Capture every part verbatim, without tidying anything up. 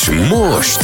És most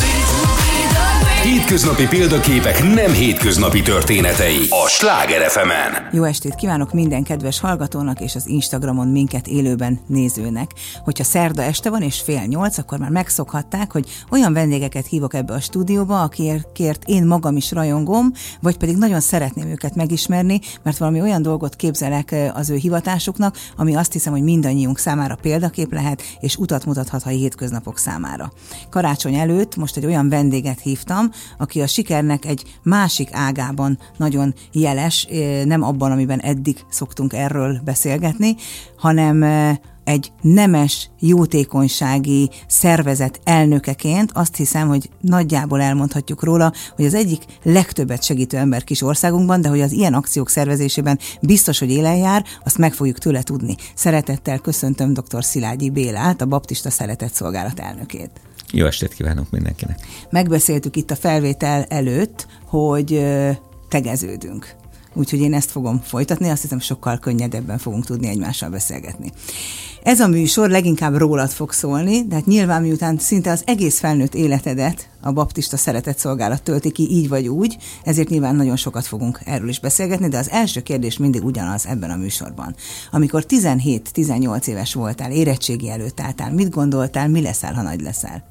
hétköznapi példaképek nem hétköznapi történetei a Sláger ef emen. Jó estét kívánok minden kedves hallgatónak és az Instagramon minket élőben nézőnek. Hogyha szerda este van és fél nyolc, akkor már megszokhatták, hogy olyan vendégeket hívok ebbe a stúdióba, akikért én magam is rajongom, vagy pedig nagyon szeretném őket megismerni, mert valami olyan dolgot képzelek az ő hivatásuknak, ami azt hiszem, hogy mindannyiunk számára példakép lehet, és utat mutathat a hétköznapok számára. Karácsony előtt most egy olyan vendéget hívtam, aki a sikernek egy másik ágában nagyon jeles, nem abban, amiben eddig szoktunk erről beszélgetni, hanem egy nemes, jótékonysági szervezet elnökeként azt hiszem, hogy nagyjából elmondhatjuk róla, hogy az egyik legtöbbet segítő ember kis országunkban, de hogy az ilyen akciók szervezésében biztos, hogy élen jár, azt meg fogjuk tőle tudni. Szeretettel köszöntöm dr. Szilágyi Bélát, a Baptista Szeretetszolgálat elnökét. Jó estét kívánok mindenkinek! Megbeszéltük itt a felvétel előtt, hogy tegeződünk. Úgyhogy én ezt fogom folytatni, azt hiszem sokkal könnyedebben fogunk tudni egymással beszélgetni. Ez a műsor leginkább rólad fog szólni, de hát nyilván miután szinte az egész felnőtt életedet a Baptista Szeretetszolgálat tölti ki így vagy úgy, ezért nyilván nagyon sokat fogunk erről is beszélgetni, de az első kérdés mindig ugyanaz ebben a műsorban. Amikor tizenhét-tizennyolc éves voltál, érettségi előtt álltál, mit gondoltál, mi leszel, ha nagy leszel?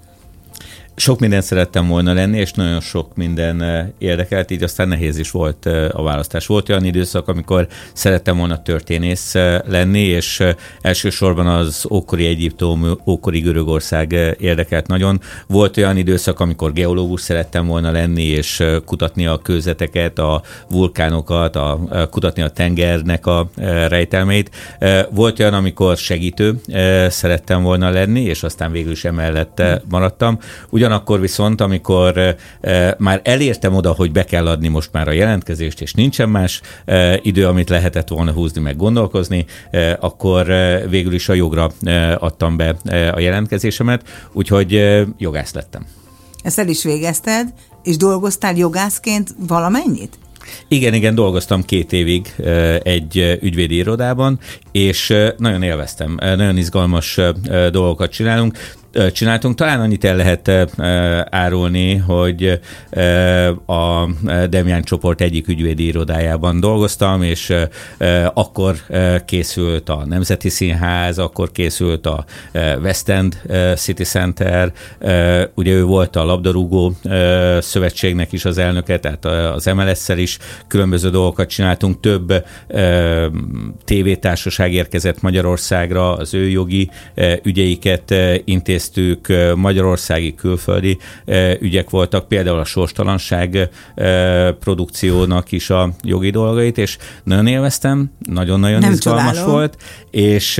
Sok mindent szerettem volna lenni, és nagyon sok minden érdekelt, így aztán nehéz is volt a választás. Volt olyan időszak, amikor szerettem volna történész lenni, és elsősorban az ókori Egyiptom, ókori Görögország érdekelt nagyon. Volt olyan időszak, amikor geológus szerettem volna lenni, és kutatni a kőzeteket, a vulkánokat, a, kutatni a tengernek a rejtelmeit. Volt olyan, amikor segítő szerettem volna lenni, és aztán végül is emellett maradtam. Ugyanakkor viszont, amikor e, már elértem oda, hogy be kell adni most már a jelentkezést, és nincsen más e, idő, amit lehetett volna húzni, meg gondolkozni, e, akkor e, végül is a jogra e, adtam be e, a jelentkezésemet, úgyhogy e, jogász lettem. Ezt el is végezted, és dolgoztál jogászként valamennyit? Igen, igen, dolgoztam két évig egy ügyvédi irodában, és nagyon élveztem, nagyon izgalmas dolgokat csinálunk. csináltunk. Talán annyit el lehet árulni, hogy a Demján csoport egyik ügyvédi irodájában dolgoztam, és akkor készült a Nemzeti Színház, akkor készült a West End City Center, ugye ő volt a labdarúgó szövetségnek is az elnöke, tehát az em el es-szel is különböző dolgokat csináltunk, több tévétársaság érkezett Magyarországra, az ő jogi ügyeiket intéztük, magyarországi, külföldi ügyek voltak, például a Sorstalanság produkciónak is a jogi dolgait, és nagyon élveztem, nagyon-nagyon Nem izgalmas csodálom. volt, és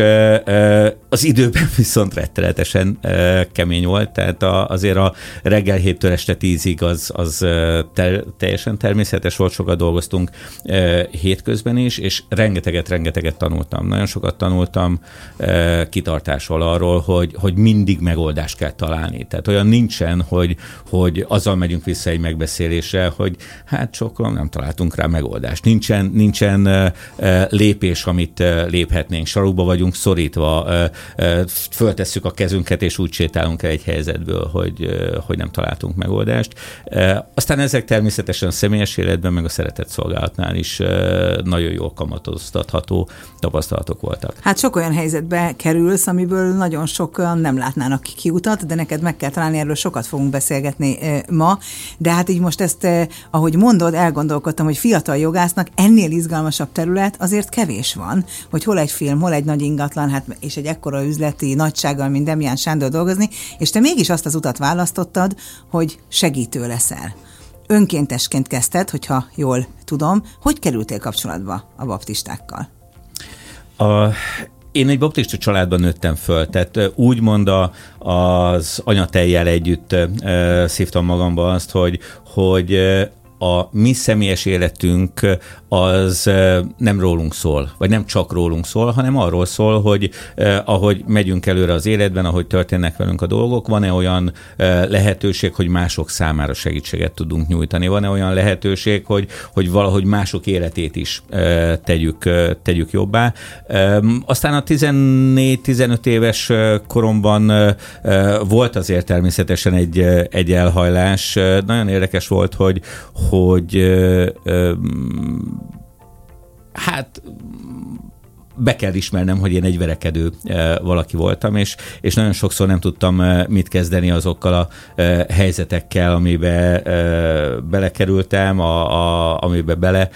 az időben viszont rettenetesen kemény volt, tehát azért a reggel héttől este tízig az, az teljesen természetes volt, sokat dolgoztunk hétközben is, és rengeteget-rengeteget tanultam. Nagyon sokat tanultam kitartással arról, hogy, hogy mindig megoldást kell találni. Tehát olyan nincsen, hogy, hogy azzal megyünk vissza egy megbeszélésre, hogy hát sokkal nem találtunk rá megoldást. Nincsen, nincsen lépés, amit léphetnénk. Sarokba vagyunk szorítva, föltesszük a kezünket, és úgy sétálunk el egy helyzetből, hogy, hogy nem találtunk megoldást. Aztán ezek természetesen a személyes életben, meg a szeretetszolgálatnál is nagyon jól kamatoztatható tapasztalatok voltak. Hát sok olyan helyzetbe kerülsz, amiből nagyon sokan nem látnának kiutat, de neked meg kell találni, erről sokat fogunk beszélgetni ma, de hát így most ezt, ahogy mondod, elgondolkodtam, hogy fiatal jogásznak ennél izgalmasabb terület azért kevés van, hogy hol egy film, hol egy nagy ingatlan, hát és egy ekkora üzleti nagysággal, mint Demján Sándor dolgozni, és te mégis azt az utat választottad, hogy segítő leszel. Önkéntesként kezdted, hogyha jól tudom. Hogy kerültél kapcsolatba a baptistákkal? A... Én egy baptista családban nőttem föl, tehát úgymond a, az anyatejjel együtt szívtam magamba azt, hogy, hogy a mi személyes életünk az nem rólunk szól, vagy nem csak rólunk szól, hanem arról szól, hogy ahogy megyünk előre az életben, ahogy történnek velünk a dolgok, van-e olyan lehetőség, hogy mások számára segítséget tudunk nyújtani, van-e olyan lehetőség, hogy, hogy valahogy mások életét is tegyük, tegyük jobbá. Aztán a tizennégy-tizenöt éves koromban volt azért természetesen egy, egy elhajlás. Nagyon érdekes volt, hogy, hogy hát be kell ismernem, hogy én egy verekedő valaki voltam, és, és nagyon sokszor nem tudtam mit kezdeni azokkal a helyzetekkel, amibe belekerültem, a, a, amibe bele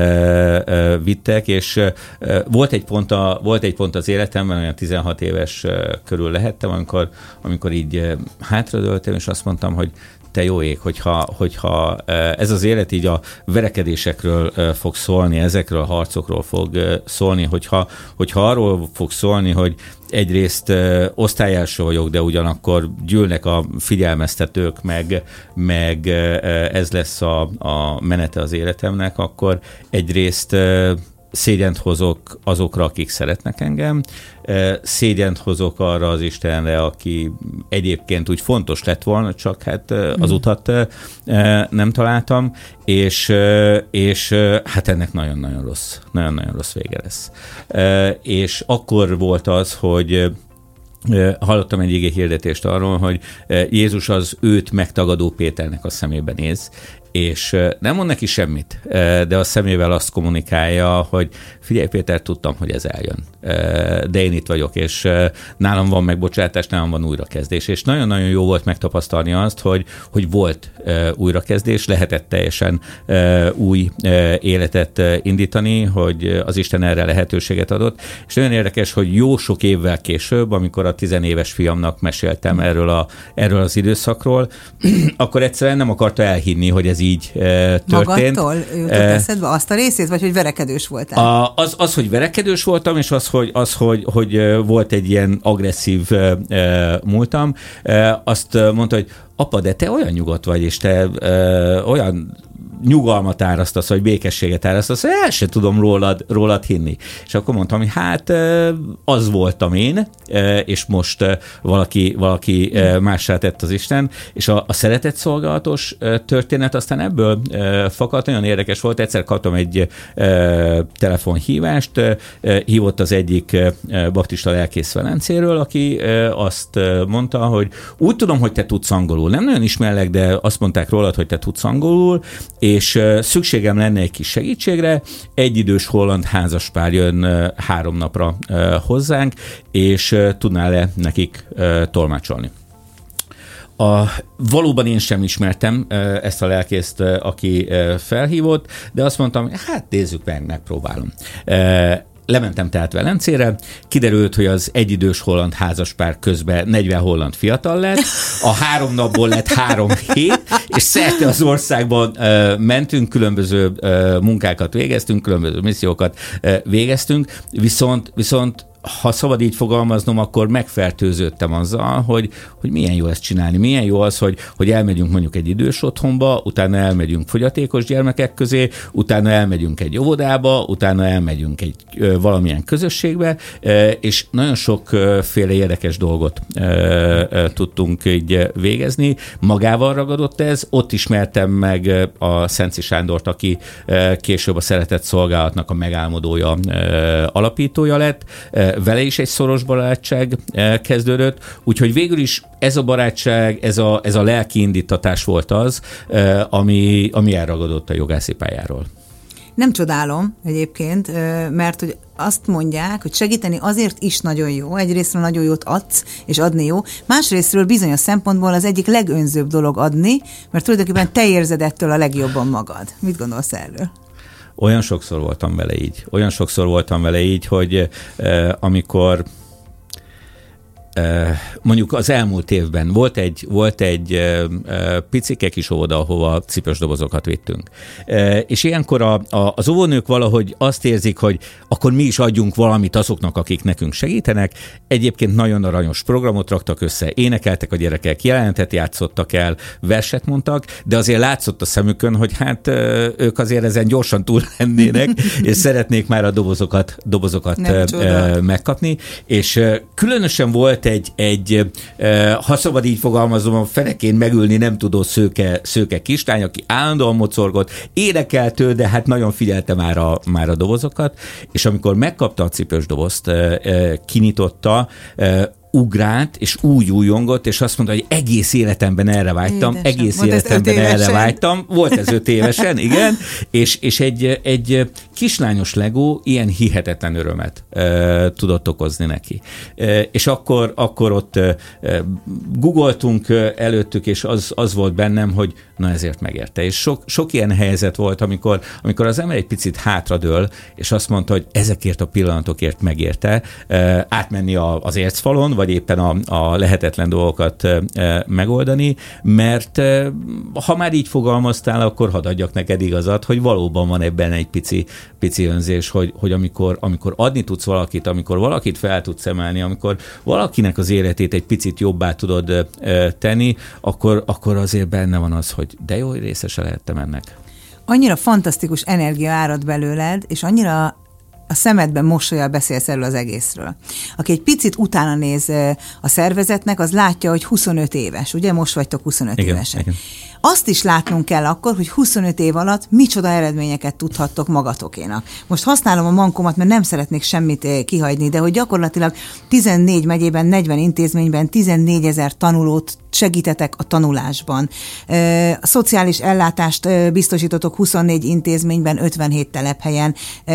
vittek, és volt egy pont, a, volt egy pont az életemben, olyan tizenhat éves körül lehettem, amikor, amikor így hátradőltem, és azt mondtam, hogy te jó ég, hogyha, hogyha ez az élet így a verekedésekről fog szólni, ezekről a harcokról fog szólni, hogyha, hogyha arról fog szólni, hogy egyrészt osztályelső vagyok, de ugyanakkor gyűlnek a figyelmeztetők, meg, meg ez lesz a, a menete az életemnek, akkor egyrészt szégyent hozok azokra, akik szeretnek engem, szégyent hozok arra az Istenre, aki egyébként úgy fontos lett volna, csak hát az utat nem találtam, és, és hát ennek nagyon-nagyon rossz, nagyon-nagyon rossz vége lesz. És akkor volt az, hogy hallottam egy igé hirdetést arról, hogy Jézus az őt megtagadó Péternek a szemébe néz, és nem mond neki semmit, de a szemével azt kommunikálja, hogy figyelj Péter, tudtam, hogy ez eljön, de én itt vagyok, és nálam van megbocsátás, nálam van újrakezdés, és nagyon-nagyon jó volt megtapasztalni azt, hogy, hogy volt újrakezdés, lehetett teljesen új életet indítani, hogy az Isten erre lehetőséget adott, és nagyon érdekes, hogy jó sok évvel később, amikor a tizenéves fiamnak meséltem erről, a, erről az időszakról, akkor egyszerűen nem akarta elhinni, hogy ez így e, történt. Magadtól jutott eszedbe azt a részét, vagy hogy verekedős voltál? A, az, az, hogy verekedős voltam, és az, hogy, az, hogy, hogy volt egy ilyen agresszív e, múltam, e, azt mondta, hogy apa, de te olyan nyugodt vagy, és te e, olyan nyugalmat árasztasz, vagy békességet árasztasz, el sem tudom rólad, rólad hinni. És akkor mondtam, hogy hát az voltam én, és most valaki, valaki mássá tett az Isten, és a, a szeretett szolgálatos történet aztán ebből fakadt, nagyon érdekes volt, egyszer kaptam egy telefonhívást, hívott az egyik baptista lelkész Velencéről, aki azt mondta, hogy úgy tudom, hogy te tudsz angolul. Nem nagyon ismerlek, de azt mondták rólad, hogy te tudsz angolul, és szükségem lenne egy kis segítségre, egy idős holland házaspár jön három napra hozzánk, és tudnál-e nekik tolmácsolni. A, valóban én sem ismertem ezt a lelkészt, aki felhívott, de azt mondtam, hát nézzük meg, megpróbálom. Lementem tehát Velencére, kiderült, hogy az egyidős holland házaspár közben negyven holland fiatal lett, a három napból lett három hét, és szerte az országban uh, mentünk, különböző uh, munkákat végeztünk, különböző missziókat uh, végeztünk, viszont, viszont ha szabad így fogalmaznom, akkor megfertőződtem azzal, hogy, hogy milyen jó ezt csinálni, milyen jó az, hogy, hogy elmegyünk mondjuk egy idős otthonba, utána elmegyünk fogyatékos gyermekek közé, utána elmegyünk egy óvodába, utána elmegyünk egy ö, valamilyen közösségbe, ö, és nagyon sokféle érdekes dolgot ö, ö, tudtunk így végezni. Magával ragadott ez, ott ismertem meg a Szenci Sándort, aki ö, később a Szeretett Szolgálatnak a megálmodója, ö, alapítója lett, vele is egy szoros barátság kezdődött, úgyhogy végül is ez a barátság, ez a, ez a lelki indítatás volt az, ami, ami elragadott a jogászi pályáról. Nem csodálom egyébként, mert hogy azt mondják, hogy segíteni azért is nagyon jó, egyrésztről nagyon jót adsz, és adni jó, másrésztről bizonyos szempontból az egyik legönzőbb dolog adni, mert tulajdonképpen te érzed ettől a legjobban magad. Mit gondolsz erről? Olyan sokszor voltam vele így. Olyan sokszor voltam vele így, hogy eh, amikor mondjuk az elmúlt évben volt egy, volt egy picike kis óvoda, ahova cipős dobozokat vittünk. És ilyenkor a, a, az óvónők valahogy azt érzik, hogy akkor mi is adjunk valamit azoknak, akik nekünk segítenek. Egyébként nagyon aranyos programot raktak össze, énekeltek a gyerekek, jelenetet játszottak el, verset mondtak, de azért látszott a szemükön, hogy hát ők azért ezen gyorsan túl lennének, és szeretnék már a dobozokat, dobozokat megkapni. És különösen volt egy, egy ha szabad így fogalmazom, a fenekén megülni nem tudó szőke, szőke kislány, aki állandóan mocorgott, énekelt ő, de hát nagyon figyelte már a, már a dobozokat, és amikor megkapta a cipős dobozt, kinyitotta, ugrált, és úgy újongott, és azt mondta, hogy egész életemben erre vágytam, Édesem. egész volt életemben erre vágytam. Volt ez öt évesen, igen, és, és egy, egy kislányos Lego ilyen hihetetlen örömet e, tudott okozni neki. E, és akkor, akkor ott e, googoltunk előttük, és az, az volt bennem, hogy na ezért megérte. És sok, sok ilyen helyzet volt, amikor, amikor az ember egy picit hátradől, és azt mondta, hogy ezekért a pillanatokért megérte e, átmenni a, az ércfalon, vagy éppen a, a lehetetlen dolgokat e, megoldani, mert e, ha már így fogalmaztál, akkor hadd adjak neked igazat, hogy valóban van ebben egy pici, pici önzés, hogy, hogy amikor, amikor adni tudsz valakit, amikor valakit fel tudsz emelni, amikor valakinek az életét egy picit jobbá tudod e, tenni, akkor, akkor azért benne van az, hogy de jó, hogy részese lehettem ennek. Annyira fantasztikus energia árad belőled, és annyira a szemedben mosollyal beszélsz erről az egészről. Aki egy picit utána néz a szervezetnek, az látja, hogy huszonöt éves, ugye? Most vagytok huszonöt igen, évesen. Igen. Azt is látnunk kell akkor, hogy huszonöt év alatt micsoda eredményeket tudhattok magatokénak. Most használom a mankomat, mert nem szeretnék semmit kihagyni, de hogy gyakorlatilag tizennégy megyében, negyven intézményben tizennégyezer tanulót segítetek a tanulásban. A szociális ellátást biztosítotok huszonnégy intézményben, ötvenhét telephelyen.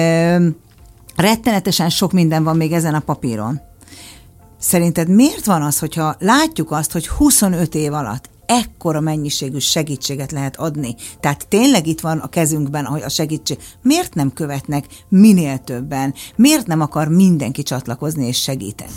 Rettenetesen sok minden van még ezen a papíron. Szerinted miért van az, hogyha látjuk azt, hogy huszonöt év alatt ekkora mennyiségű segítséget lehet adni? Tehát tényleg itt van a kezünkben a segítség. Miért nem követnek minél többen? Miért nem akar mindenki csatlakozni és segíteni?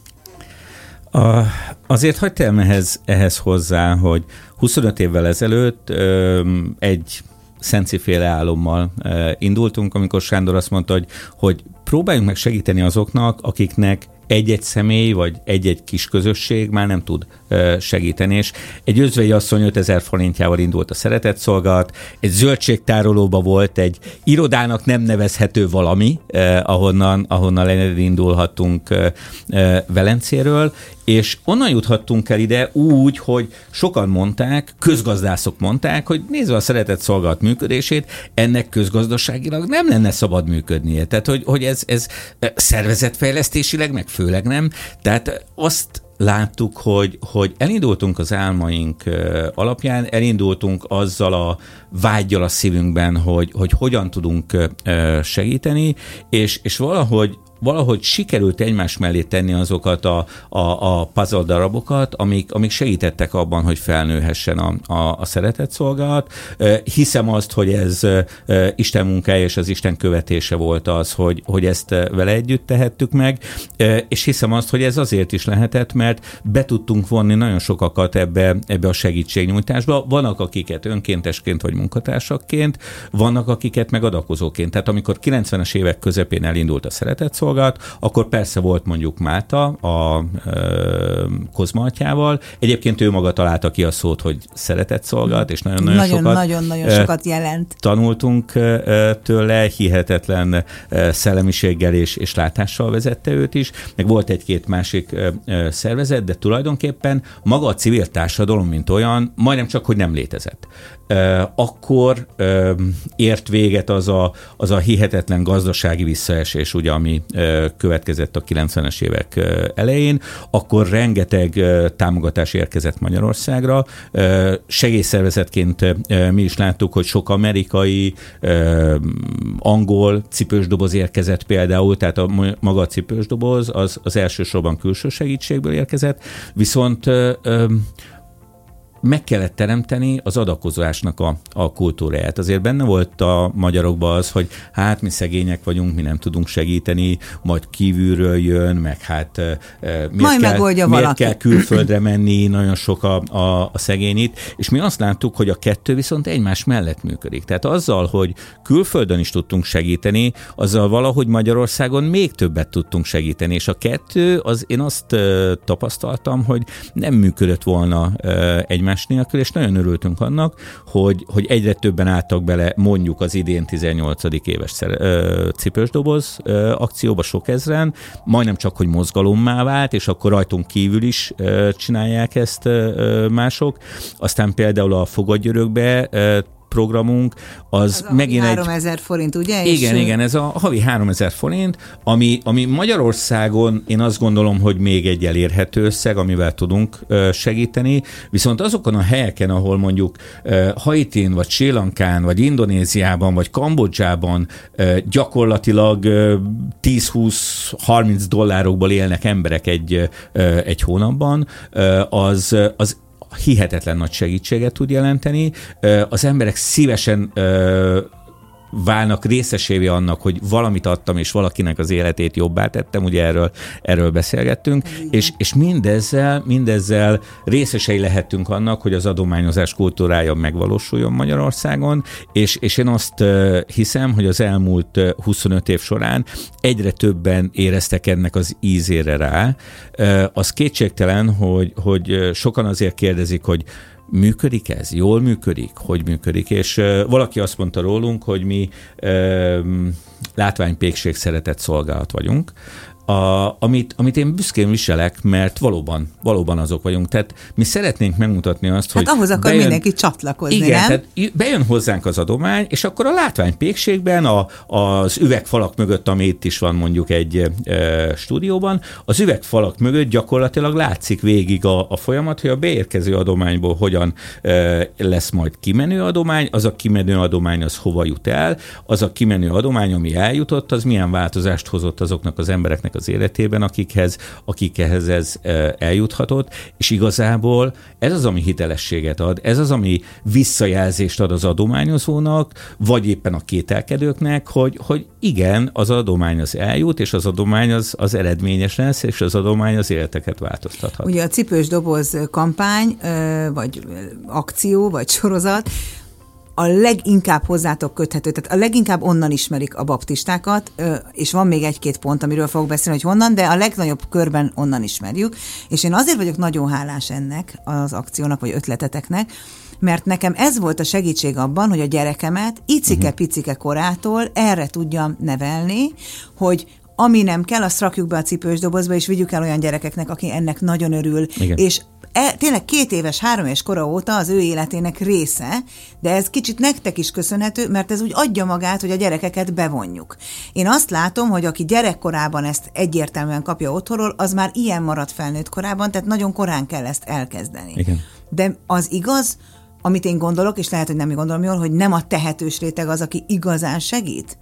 A, azért hagyd te ehhez, ehhez hozzá, hogy huszonöt évvel ezelőtt ö, egy Szenci-féle álommal e, indultunk, amikor Sándor azt mondta, hogy, hogy próbáljunk meg segíteni azoknak, akiknek egy-egy személy, vagy egy-egy kis közösség már nem tud e, segíteni, és egy özvegyi asszony ötezer forintjával indult a szeretetszolgálat, egy zöldségtárolóba volt egy irodának nem nevezhető valami, eh, ahonnan, ahonnan elindulhattunk eh, eh, Velencéről, és onnan juthattunk el ide úgy, hogy sokan mondták, közgazdászok mondták, hogy nézve a szeretetszolgálat működését, ennek közgazdaságilag nem lenne szabad működnie. Tehát, hogy, hogy ez, ez szervezetfejlesztésileg, meg főleg nem. Tehát azt láttuk, hogy, hogy elindultunk az álmaink alapján, elindultunk azzal a vággyal a szívünkben, hogy, hogy hogyan tudunk segíteni, és, és valahogy valahogy sikerült egymás mellé tenni azokat a, a, a puzzle darabokat, amik, amik segítettek abban, hogy felnőhessen a, a, a szeretetszolgálat. Hiszem azt, hogy ez Isten munkája és az Isten követése volt az, hogy, hogy ezt vele együtt tehettük meg, és hiszem azt, hogy ez azért is lehetett, mert be tudtunk vonni nagyon sokakat ebbe, ebbe a segítségnyújtásba. Vannak, akiket önkéntesként vagy munkatársakként, vannak, akiket meg adakozóként. Tehát amikor kilencvenes évek közepén elindult a szeretetszolgálat, akkor persze volt mondjuk Máta a ö, Kozma atyával. Egyébként ő maga találta ki a szót, hogy szeretetszolgálat, és nagyon-nagyon nagyon, sokat, nagyon, nagyon sokat jelent. Tanultunk tőle, hihetetlen szellemiséggel és, és látással vezette őt is, meg volt egy-két másik szervezet, de tulajdonképpen maga a civil társadalom, mint olyan, majdnem csak, hogy nem létezett. Akkor ért véget az a, az a hihetetlen gazdasági visszaesés, ugye, ami következett a kilencvenes évek elején, akkor rengeteg támogatás érkezett Magyarországra. Segélyszervezetként mi is láttuk, hogy sok amerikai, angol cipősdoboz érkezett például, tehát a maga a cipősdoboz az, az elsősorban külső segítségből érkezett, viszont meg kellett teremteni az adakozásnak a, a kultúráját. Azért benne volt a magyarokban az, hogy hát mi szegények vagyunk, mi nem tudunk segíteni, majd kívülről jön, meg hát miért, kell, miért kell külföldre menni, nagyon sok a, a, a szegényit, és mi azt láttuk, hogy a kettő viszont egymás mellett működik. Tehát azzal, hogy külföldön is tudtunk segíteni, azzal valahogy Magyarországon még többet tudtunk segíteni, és a kettő, az én azt tapasztaltam, hogy nem működött volna egymás nélkül, és nagyon örültünk annak, hogy, hogy egyre többen álltak bele mondjuk az idén tizennyolcadik éves cipős doboz akcióba sok ezren, majdnem csak, hogy mozgalommá vált, és akkor rajtunk kívül is csinálják ezt mások. Aztán például a Fogadj-örökbe programunk, az, az megint egy... háromezer forint, ugye? Igen, és... igen, ez a havi háromezer forint, ami, ami Magyarországon én azt gondolom, hogy még egy elérhető összeg, amivel tudunk segíteni, viszont azokon a helyeken, ahol mondjuk Haitin, vagy Srí Lankán, vagy Indonéziában, vagy Kambodzsában gyakorlatilag tíz-húsz-harminc dollárokból élnek emberek egy, egy hónapban, az, az hihetetlen nagy segítséget tud jelenteni. Az emberek szívesen válnak részesévé annak, hogy valamit adtam, és valakinek az életét jobbá tettem, ugye erről, erről beszélgettünk, és, és mindezzel, mindezzel részesei lehetünk annak, hogy az adományozás kultúrája megvalósuljon Magyarországon, és, és én azt hiszem, hogy az elmúlt huszonöt év során egyre többen éreztek ennek az ízére rá. Az kétségtelen, hogy, hogy sokan azért kérdezik, hogy működik ez? Jól működik? Hogy működik? És uh, valaki azt mondta rólunk, hogy mi uh, látványpékség szeretett szolgálat vagyunk, A, amit, amit én büszkén viselek, mert valóban, valóban azok vagyunk. Tehát mi szeretnénk megmutatni azt, hát hogy... Hát ahhoz akar bejön, mindenki csatlakozni, igen, nem? tehát bejön hozzánk az adomány, és akkor a látványpékségben, a, az üvegfalak mögött, ami itt is van mondjuk egy e, stúdióban, az üvegfalak mögött gyakorlatilag látszik végig a, a folyamat, hogy a beérkező adományból hogyan e, lesz majd kimenő adomány, az a kimenő adomány az hova jut el, az a kimenő adomány, ami eljutott, az milyen változást hozott azoknak az embereknek az életében, akikhez, akikhez ez eljuthatott, és igazából ez az, ami hitelességet ad, ez az, ami visszajelzést ad az adományozónak, vagy éppen a kételkedőknek, hogy, hogy igen, az adomány az eljut, és az adomány az, az eredményes lesz, és az adomány az életeket változtathat. Ugye a cipős doboz kampány, vagy akció, vagy sorozat, a leginkább hozzátok köthető, tehát a leginkább onnan ismerik a baptistákat, és van még egy-két pont, amiről fogok beszélni, hogy honnan, de a legnagyobb körben onnan ismerjük, és én azért vagyok nagyon hálás ennek az akciónak, vagy ötleteteknek, mert nekem ez volt a segítség abban, hogy a gyerekemet icike-picike korától erre tudjam nevelni, hogy ami nem kell, azt rakjuk be a cipős dobozba, és vigyük el olyan gyerekeknek, aki ennek nagyon örül, igen. És E, tényleg két éves, három éves kora óta az ő életének része, de ez kicsit nektek is köszönhető, mert ez úgy adja magát, hogy a gyerekeket bevonjuk. Én azt látom, hogy aki gyerekkorában ezt egyértelműen kapja otthonról, az már ilyen marad felnőtt korában, tehát nagyon korán kell ezt elkezdeni. Igen. De az igaz, amit én gondolok, és lehet, hogy nem gondolom jól, hogy nem a tehetős réteg az, aki igazán segít?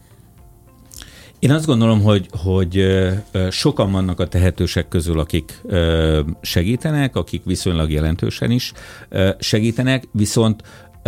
Én azt gondolom, hogy, hogy sokan vannak a tehetősek közül, akik segítenek, akik viszonylag jelentősen is segítenek, viszont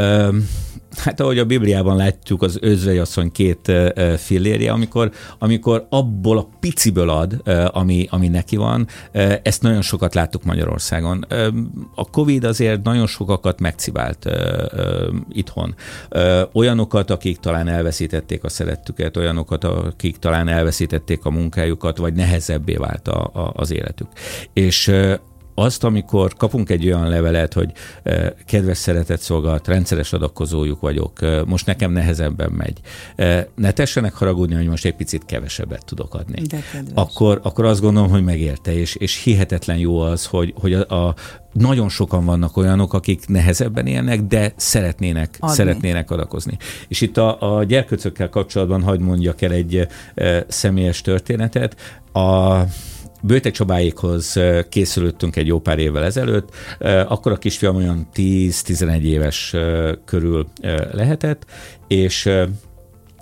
hát ahogy a Bibliában látjuk, az özvegyasszony két fillérje, amikor, amikor abból a piciből ad, ami, ami neki van, ezt nagyon sokat láttuk Magyarországon. A Covid azért nagyon sokakat megcibált itthon. Olyanokat, akik talán elveszítették a szerettüket, olyanokat, akik talán elveszítették a munkájukat, vagy nehezebbé vált a, a, az életük. És azt, amikor kapunk egy olyan levelet, hogy eh, kedves szeretett szolgálat, rendszeres adakozójuk vagyok, eh, most nekem nehezebben megy. Eh, ne tessenek haragudni, hogy most egy picit kevesebbet tudok adni. Akkor, akkor azt gondolom, hogy megérte, és, és hihetetlen jó az, hogy, hogy a, a nagyon sokan vannak olyanok, akik nehezebben élnek, de szeretnének, szeretnének adakozni. És itt a, a gyerkőcökkel kapcsolatban hadd mondjak el egy e, személyes történetet. A Bőtek Csabáékhoz készülöttünk egy jó pár évvel ezelőtt, akkor a kisfiam olyan tíz-tizenegy éves körül lehetett, és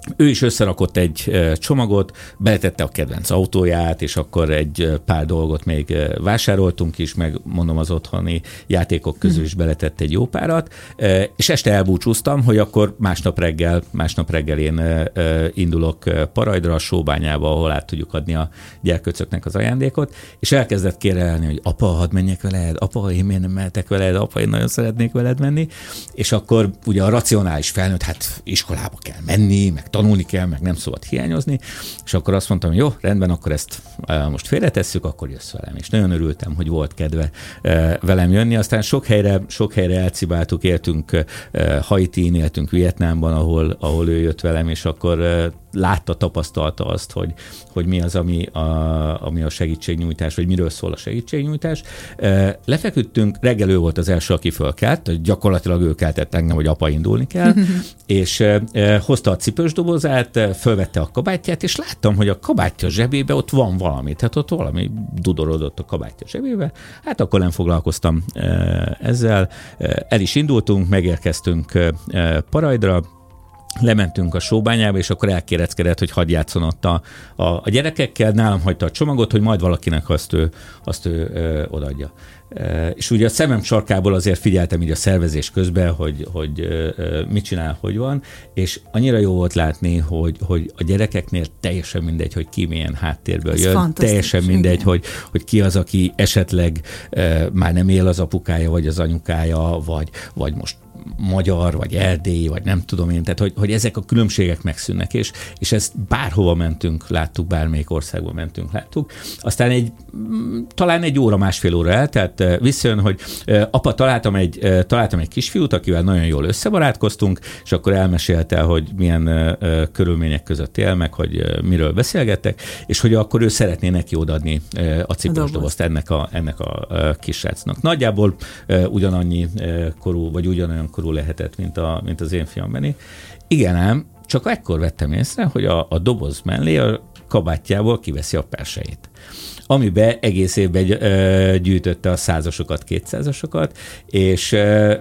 Ő is összerakott egy csomagot, beletette a kedvenc autóját, és akkor egy pár dolgot még vásároltunk is, meg mondom az otthoni játékok közül is beletett egy jó párat, és este elbúcsúztam, hogy akkor másnap reggel, másnap reggel én indulok Parajdra, a Sóbányába, ahol át tudjuk adni a gyerkőcöknek az ajándékot, és elkezdett kérelni, hogy apa, hadd menjek veled, apa, én miért nem mehetek veled, apa, én nagyon szeretnék veled menni, és akkor ugye a racionális felnőtt, hát iskolába kell menni, meg tanulni kell, meg nem szabad hiányozni, és akkor azt mondtam, hogy jó, rendben, akkor ezt most félretesszük, akkor jössz velem. És nagyon örültem, hogy volt kedve velem jönni. Aztán sok helyre, sok helyre elcibáltuk, éltünk Haitin, éltünk Vietnámban, ahol, ahol ő jött velem, és akkor látta, tapasztalta azt, hogy, hogy mi az, ami a, ami a segítségnyújtás, vagy miről szól a segítségnyújtás. Lefeküdtünk, reggel ő volt az első, aki fölkelt, gyakorlatilag ő keltett engem, hogy apa, indulni kell, és hozta a cipős dobozát, fölvette a kabátját, és láttam, hogy a kabátja zsebébe ott van valami, tehát ott valami dudorodott a kabátja zsebébe. Hát akkor nem foglalkoztam ezzel. El is indultunk, megérkeztünk Parajdra, lementünk a Sóbányába, és akkor elkéreckedett, hogy hadd játszon ott a, a, a gyerekekkel, nálam hagyta a csomagot, hogy majd valakinek azt ő, azt ő ö, odaadja. E, és ugye a szemem sarkából azért figyeltem így a szervezés közben, hogy, hogy ö, mit csinál, hogy van, és annyira jó volt látni, hogy, hogy a gyerekeknél teljesen mindegy, hogy ki milyen háttérből ez jön, teljesen mindegy, hogy, hogy ki az, aki esetleg e, már nem él az apukája, vagy az anyukája, vagy, vagy most magyar, vagy erdélyi, vagy nem tudom én, tehát hogy, hogy ezek a különbségek megszűnnek, és, és ezt bárhova mentünk, láttuk, bármelyik országba mentünk, láttuk. Aztán egy, talán egy óra, másfél óra el, tehát visszajön, hogy apa, találtam egy, találtam egy kisfiút, akivel nagyon jól összebarátkoztunk, és akkor elmesélte, hogy milyen körülmények között él, meg hogy miről beszélgettek, és hogy akkor ő szeretné neki odaadni a cipős dobozt ennek a, ennek a kisrácnak. Nagyjából ugyanannyi korú, vagy ugyanolyan korú lehetett, mint, a, mint az én fiam Benni. Igen ám, csak ekkor vettem észre, hogy a, a doboz mellé a kabátjából kiveszi a persejét, amiben egész évben gyűjtötte a százasokat, kétszázasokat, és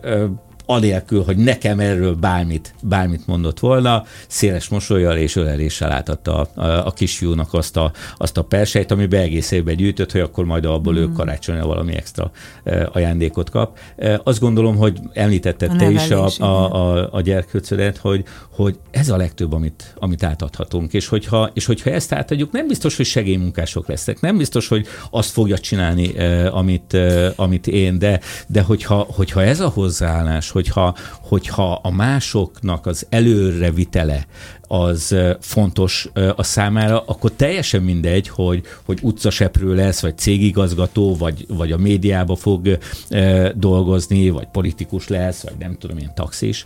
anélkül, hogy nekem erről bármit, bármit mondott volna, széles mosollyal és öleléssel átadta a, a, a kisfiúnak azt a, azt a persejt, amiben egész évben gyűjtött, hogy akkor majd abból mm. ő karácsonyra valami extra ajándékot kap. Azt gondolom, hogy említetted te is a, a, a, a gyerkőcödet, hogy, hogy ez a legtöbb, amit, amit átadhatunk, és hogyha, és hogyha ezt átadjuk, nem biztos, hogy segélymunkások lesznek, nem biztos, hogy azt fogja csinálni, amit, amit én, de, de hogyha, hogyha ez a hozzáállás, Hogyha, hogyha a másoknak az előrevitele az fontos a számára, akkor teljesen mindegy, hogy, hogy utcaseprő lesz, vagy cégigazgató, vagy, vagy a médiába fog dolgozni, vagy politikus lesz, vagy nem tudom, ilyen taxis,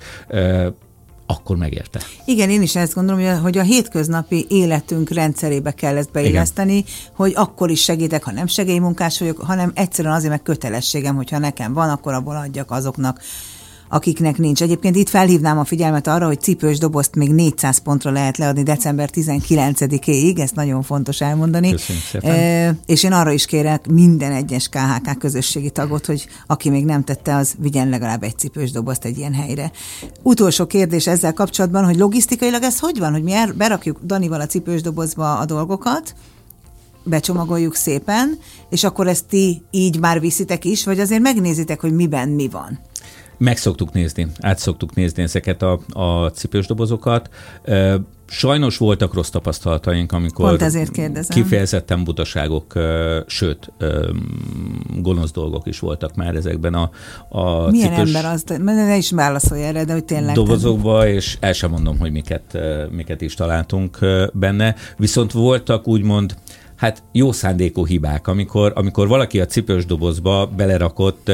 akkor megérte. Igen, én is ezt gondolom, hogy a hétköznapi életünk rendszerébe kell ezt beilleszteni, igen, hogy akkor is segítek, ha nem segélymunkás vagyok, hanem egyszerűen azért meg kötelességem, hogyha nekem van, akkor abból adjak azoknak, akiknek nincs. Egyébként itt felhívnám a figyelmet arra, hogy cipős dobozt még négyszáz pontra lehet leadni december tizenkilencedikéig, ezt nagyon fontos elmondani. Köszönjük szépen. E, és én arra is kérek minden egyes ká há ká közösségi tagot, hogy aki még nem tette, az vigyen legalább egy cipős dobozt egy ilyen helyre. Utolsó kérdés ezzel kapcsolatban, hogy logisztikailag ez hogy van, hogy mi el, berakjuk Danival a cipős dobozba a dolgokat, becsomagoljuk szépen, és akkor ezt ti így már viszitek is, vagy azért megnézitek, hogy miben mi van? Meg szoktuk nézni, át szoktuk nézni ezeket a, a cipős dobozokat. Sajnos voltak rossz tapasztalataink, amikor kifejezetten butaságok, sőt, gonosz dolgok is voltak már ezekben a, a milyen cipős ember az? Ne is válaszolj erre, de hogy tényleg dobozokba, és el sem mondom, hogy miket, miket is találtunk benne. Viszont voltak úgymond hát jó szándékú hibák, amikor, amikor valaki a cipős dobozba belerakott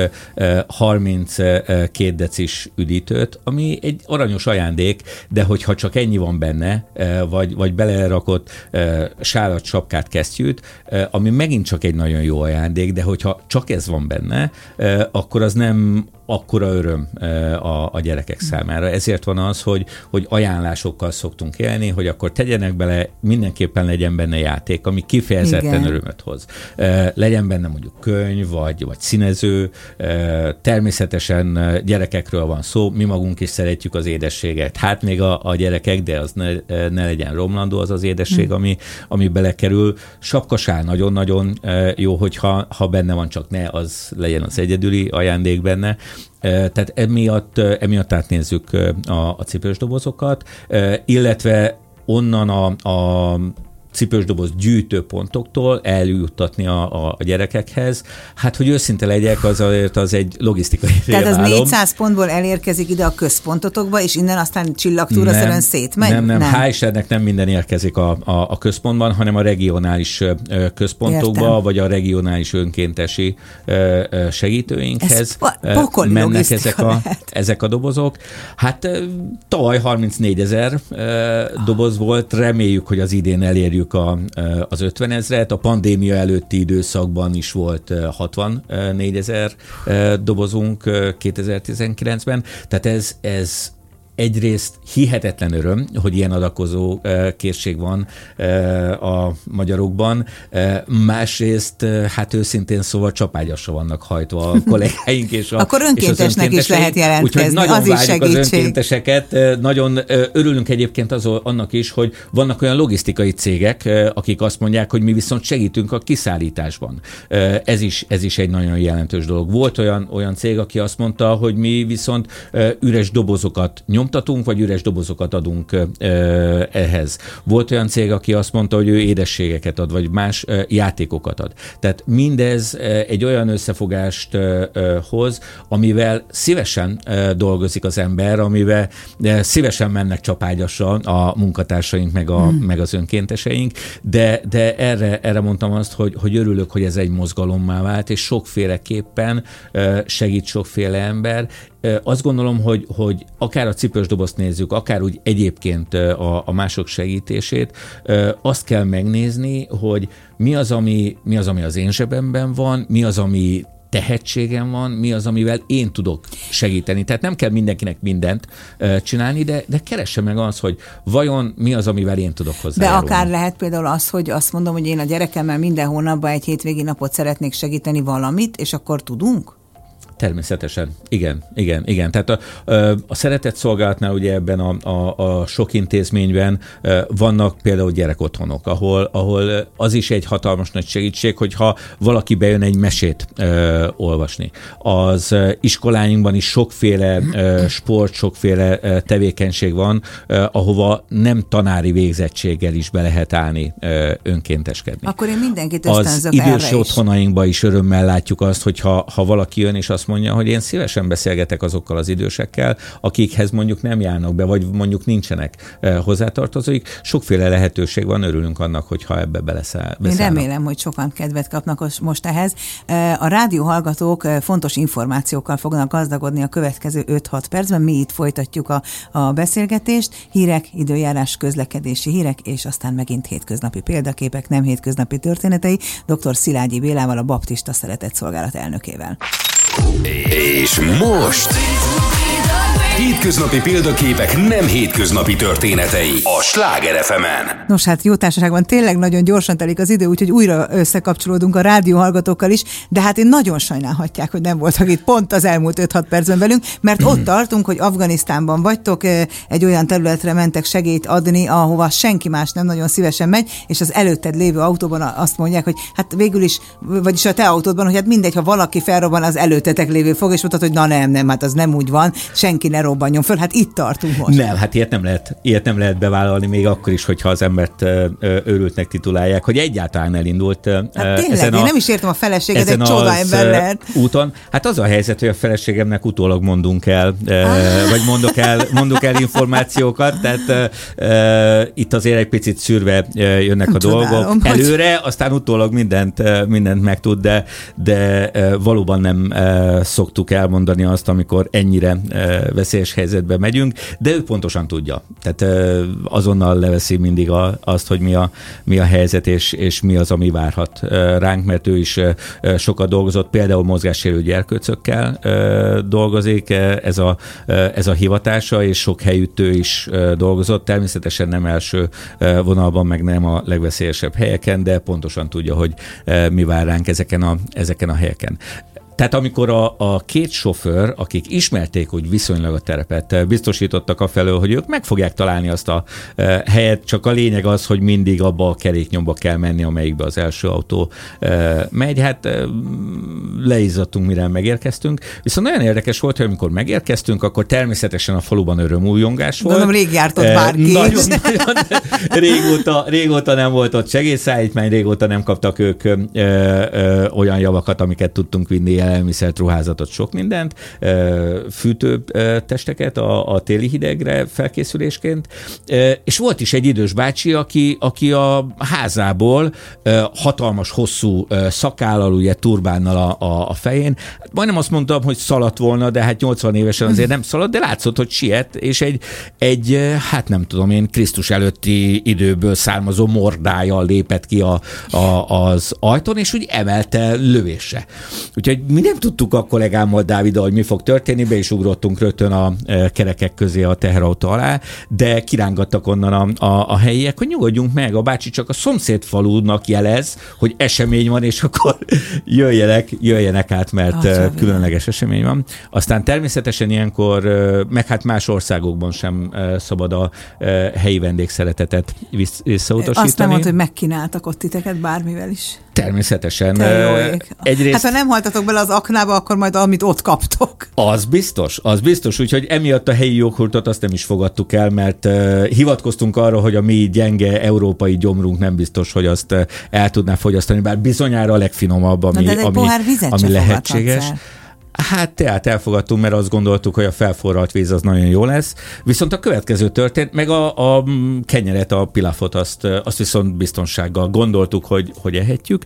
harminckét decis üdítőt, ami egy aranyos ajándék, de hogyha csak ennyi van benne, vagy, vagy belerakott sálat, sapkát, kesztyűt, ami megint csak egy nagyon jó ajándék, de hogyha csak ez van benne, akkor az nem akkora öröm a, a gyerekek számára. Ezért van az, hogy, hogy ajánlásokkal szoktunk élni, hogy akkor tegyenek bele, mindenképpen legyen benne játék, ami kifejezetten kifejezetten Igen. örömet hoz. Legyen benne mondjuk könyv, vagy, vagy színező, természetesen gyerekekről van szó, mi magunk is szeretjük az édességet. Hát még a, a gyerekek, de az ne, ne legyen romlandó az az édesség, hmm. ami, ami belekerül. Sapkasál nagyon-nagyon jó, hogyha ha benne van, csak ne az legyen az egyedüli ajándék benne. Tehát emiatt, emiatt átnézzük a, a cipős dobozokat, illetve onnan a, a cipős doboz gyűjtőpontoktól eljuttatni a, a gyerekekhez. Hát, hogy őszinte legyek, az azért az egy logisztikai félválom. Tehát az négyszáz pontból elérkezik ide a központotokba, és innen aztán csillagtúraszerűen szétmegy? Nem, nem, nem. Hál' Istennek nem minden érkezik a, a, a központban, hanem a regionális központokba, Értem. vagy a regionális önkéntesi segítőinkhez mennek ezek a, ezek a dobozok. Hát tavaly harmincnégyezer doboz volt, reméljük, hogy az idén elérjük A, az ötvenezret, a pandémia előtti időszakban is volt hatvannégyezer dobozunk kétezer-tizenkilencben, tehát ez, ez egyrészt hihetetlen öröm, hogy ilyen adakozó készség van a magyarokban, másrészt hát őszintén szóval csapágyasra vannak hajtva a kollégáink és a Akkor önkéntesnek is lehet jelentkezni, úgyhogy nagyon az is várjuk segítség. Az önkénteseket, nagyon örülünk egyébként az, annak is, hogy vannak olyan logisztikai cégek, akik azt mondják, hogy mi viszont segítünk a kiszállításban. Ez is, ez is egy nagyon jelentős dolog. Volt olyan, olyan cég, aki azt mondta, hogy mi viszont üres dobozokat nyom vagy üres dobozokat adunk ö, ehhez. Volt olyan cég, aki azt mondta, hogy ő édességeket ad, vagy más ö, játékokat ad. Tehát mindez ö, egy olyan összefogást ö, ö, hoz, amivel szívesen ö, dolgozik az ember, amivel ö, szívesen mennek csapágyasra a munkatársaink, meg, a, hmm. meg az önkénteseink, de, de erre, erre mondtam azt, hogy, hogy örülök, hogy ez egy mozgalommá vált, és sokféleképpen ö, segít sokféle ember. Azt gondolom, hogy, hogy akár a cipős dobozt nézzük, akár úgy egyébként a, a mások segítését, azt kell megnézni, hogy mi az, ami, mi az, ami az én zsebemben van, mi az, ami tehetségem van, mi az, amivel én tudok segíteni. Tehát nem kell mindenkinek mindent uh, csinálni, de, de keresse meg az, hogy vajon mi az, amivel én tudok hozzájárulni. De akár lehet például az, hogy azt mondom, hogy én a gyerekemmel minden hónapban egy hétvégi napot szeretnék segíteni valamit, és akkor tudunk? Természetesen. Igen, igen, igen. Tehát a, a szeretett szolgálatnál ugye ebben a, a, a sok intézményben vannak például gyerekotthonok, ahol, ahol az is egy hatalmas nagy segítség, hogyha valaki bejön egy mesét ö, olvasni. Az iskoláinkban is sokféle ö, sport, sokféle ö, tevékenység van, ö, ahova nem tanári végzettséggel is be lehet állni ö, önkénteskedni. Akkor én mindenkit ösztönzök erre is. Az idős otthonainkban is örömmel látjuk azt, hogyha ha valaki jön és azt mondja, hogy én szívesen beszélgetek azokkal az idősekkel, akikhez mondjuk nem járnak be, vagy mondjuk nincsenek hozzátartozóik. Sokféle lehetőség van, örülünk annak, hogyha ebbe beleszáll. Én remélem, hogy sokan kedvet kapnak most ehhez. A rádió hallgatók fontos információkkal fognak gazdagodni a következő öt-hat percben. Mi itt folytatjuk a, a beszélgetést. Hírek, időjárás, közlekedési hírek, és aztán megint hétköznapi példaképek, nem hétköznapi történetei. dr. Szilágyi Bélával, a Baptista Szeretett Szolgálat elnökével. És most hétköznapi példaképek, nem hétköznapi történetei a Sláger ef emen. Nos, hát jó társaságban tényleg nagyon gyorsan telik az idő, úgyhogy újra összekapcsolódunk a rádió hallgatókkal is, de hát én nagyon sajnálhatják, hogy nem voltak itt pont az elmúlt öt-hat percben velünk, mert ott tartunk, hogy Afganisztánban vagytok, egy olyan területre mentek segélyt adni, ahova senki más nem nagyon szívesen megy, és az előtted lévő autóban azt mondják, hogy hát végül is, vagyis a te autódban, hogy hát mindegy, ha valaki felrobban, az előttetek lévő fog, és mondtad, hogy na nem, nem, hát az nem úgy van, senki ne robbanjon föl, hát itt tartunk most. Nem, hát ilyet nem lehet, ilyet nem lehet bevállalni, még akkor is, hogyha az embert őrültnek titulálják, hogy egyáltalán elindult. Hát tényleg, ezen a, én nem is értem a feleséget, egy csoda ember lehet. Úton. Hát az a helyzet, hogy a feleségemnek utólag mondunk el, ah. vagy mondok el, mondok el információkat, tehát uh, itt azért egy picit szűrve jönnek nem a dolgok csodálom, előre, hogy... aztán utólag mindent, mindent megtud, de, de uh, valóban nem uh, szoktuk elmondani azt, amikor ennyire uh, veszélyes veszélyes helyzetbe megyünk, de ő pontosan tudja. Tehát azonnal leveszi mindig a, azt, hogy mi a, mi a helyzet, és, és mi az, ami várhat ránk, mert ő is sokat dolgozott, például mozgássérült gyerkőcökkel dolgozik, ez a, ez a hivatása, és sok helyütt ő is dolgozott, természetesen nem első vonalban, meg nem a legveszélyesebb helyeken, de pontosan tudja, hogy mi vár ránk ezeken a, ezeken a helyeken. Tehát amikor a, a két sofőr, akik ismerték, hogy viszonylag a terepet, biztosítottak afelől, hogy ők meg fogják találni azt a e, helyet, csak a lényeg az, hogy mindig abba a keréknyomba kell menni, amelyikbe az első autó e, megy. Hát e, leizzadtunk, mire megérkeztünk. Viszont nagyon érdekes volt, hogy amikor megérkeztünk, akkor természetesen a faluban örömújongás volt. Gondolom, rég járt ott bárki. Nagyon, nagyon régóta, régóta nem volt ott segélyszállítmány, régóta nem kaptak ők ö, ö, olyan javakat, amiket tudtunk vinni, élelmiszert, ruházatot, sok mindent, fűtőtesteket a, a téli hidegre felkészülésként, és volt is egy idős bácsi, aki, aki a házából hatalmas, hosszú szakállal, ugye turbánnal a, a, a fején, majdnem azt mondtam, hogy szaladt volna, de hát nyolcvan évesen azért nem szaladt, de látszott, hogy siet, és egy, egy hát nem tudom én, Krisztus előtti időből származó mordájjal lépett ki a, a, az ajtón, és úgy emelte lövésre. Úgyhogy mi nem tudtuk a kollégámmal, Dáviddal, hogy mi fog történni, be is ugrottunk rögtön a kerekek közé a teherautó alá, de kirángattak onnan a, a, a helyiek, hogy nyugodjunk meg, a bácsi csak a szomszéd falunak jelez, hogy esemény van, és akkor jöjjenek, jöjjenek át, mert ah, különleges esemény van. Aztán természetesen ilyenkor, meg hát más országokban sem szabad a helyi vendégszeretetet visszautasítani. Azt nem mondta, hogy megkínáltak ott titeket bármivel is. Természetesen. Egyrészt... Hát ha nem haltatok bele az aknába, akkor majd amit ott kaptok. Az biztos, az biztos, úgyhogy emiatt a helyi joghurtot azt nem is fogadtuk el, mert uh, hivatkoztunk arra, hogy a mi gyenge európai gyomrunk nem biztos, hogy azt uh, el tudná fogyasztani, bár bizonyára a legfinomabb, ami, Na, de ami, ami lehetséges. El. Hát teát elfogadtunk, mert azt gondoltuk, hogy a felforralt víz az nagyon jó lesz. Viszont a következő történt, meg a, a kenyeret, a pilafot, azt, azt viszont biztonsággal gondoltuk, hogy, hogy ehetjük.